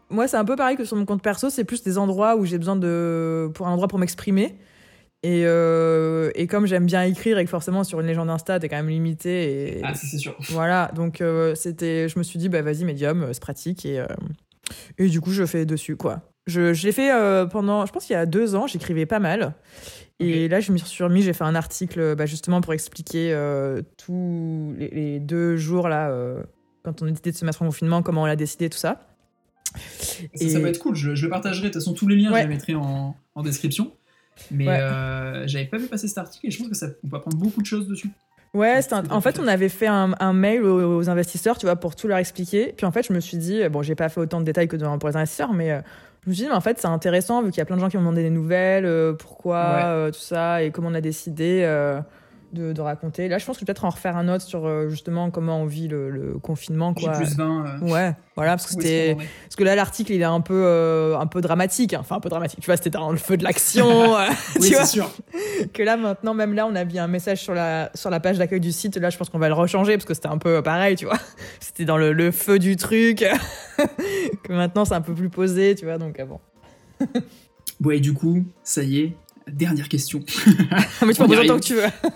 moi, c'est un peu pareil que sur mon compte perso. C'est plus des endroits où j'ai besoin de. Pour un endroit pour m'exprimer. Et, euh, et comme j'aime bien écrire et que forcément, sur une légende Insta, t'es quand même limité. Et, Ah, ça, c'est sûr. Voilà. Donc, euh, c'était, je me suis dit, bah, vas-y, Medium, c'est pratique. Et, euh, et du coup, je fais dessus, quoi. Je, je l'ai fait euh, pendant. Je pense qu'il y a deux ans, j'écrivais pas mal. Et okay. Là, je me suis remis, j'ai fait un article bah, justement pour expliquer euh, tous les, les deux jours, là, euh, quand on a décidé de se mettre en confinement, comment on l'a décidé, tout ça. Ça, et... ça va être cool, je, je le partagerai. De toute façon, tous les liens, ouais. je les mettrai en, en description. Mais ouais. euh, j'avais pas vu passer cet article et je pense que ça, on peut apprendre beaucoup de choses dessus. Ouais, un... en fait, on avait fait un, un mail aux, aux investisseurs, tu vois, pour tout leur expliquer. Puis en fait, je me suis dit, bon, j'ai pas fait autant de détails que pour les investisseurs, mais euh, je me suis dit, mais en fait, c'est intéressant vu qu'il y a plein de gens qui m'ont demandé des nouvelles, euh, pourquoi, ouais. euh, tout ça, et comment on a décidé euh, de, de raconter. Là, je pense que peut-être en refaire un autre sur euh, justement comment on vit le, le confinement, quoi. J plus vingt. Euh... Ouais, voilà, parce que c'était, parce que là, l'article, il est un peu, euh, un peu dramatique, hein. Enfin un peu dramatique. Tu vois, c'était dans le feu de l'action. euh, oui, tu vois, c'est sûr. Que là, maintenant, même là, on a mis un message sur la sur la page d'accueil du site. Là, je pense qu'on va le rechanger parce que c'était un peu pareil, tu vois. C'était dans le, le feu du truc. Que maintenant, c'est un peu plus posé, tu vois. Donc, bon. Bon, et du coup, ça y est. Dernière question. Mais tu peux poser autant que tu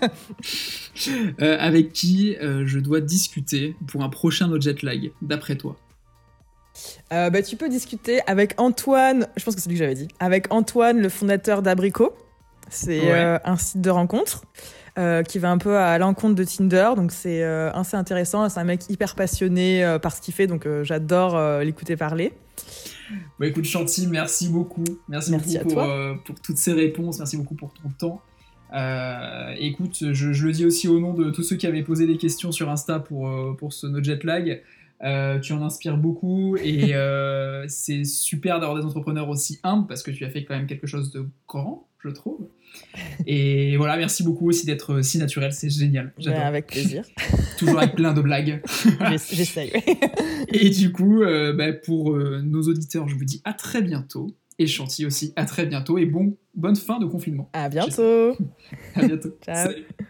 veux. euh, avec qui euh, je dois discuter pour un prochain No Jet Lag, d'après toi? euh, bah, Tu peux discuter avec Antoine, je pense que c'est lui que j'avais dit, avec Antoine, le fondateur d'Abricot. C'est ouais. euh, un site de rencontre euh, qui va un peu à l'encontre de Tinder. Donc, c'est euh, assez intéressant. C'est un mec hyper passionné euh, par ce qu'il fait. Donc, euh, j'adore euh, l'écouter parler. Bon, écoute, Chanty, merci beaucoup. Merci, merci beaucoup pour, euh, pour toutes ces réponses. Merci beaucoup pour ton temps. Euh, écoute, je, je le dis aussi au nom de tous ceux qui avaient posé des questions sur Insta pour, euh, pour ce No Jet Lag. Euh, tu en inspires beaucoup et euh, c'est super d'avoir des entrepreneurs aussi humbles parce que tu as fait quand même quelque chose de grand, je trouve. Et voilà, merci beaucoup aussi d'être si naturel, c'est génial. J'adore. Ben, avec plaisir. Toujours avec plein de blagues. J'essaye. Et du coup, euh, bah, pour euh, nos auditeurs, je vous dis à très bientôt. Et Chanty aussi, à très bientôt. Et bon, bonne fin de confinement. À bientôt. À bientôt. Ciao. Salut.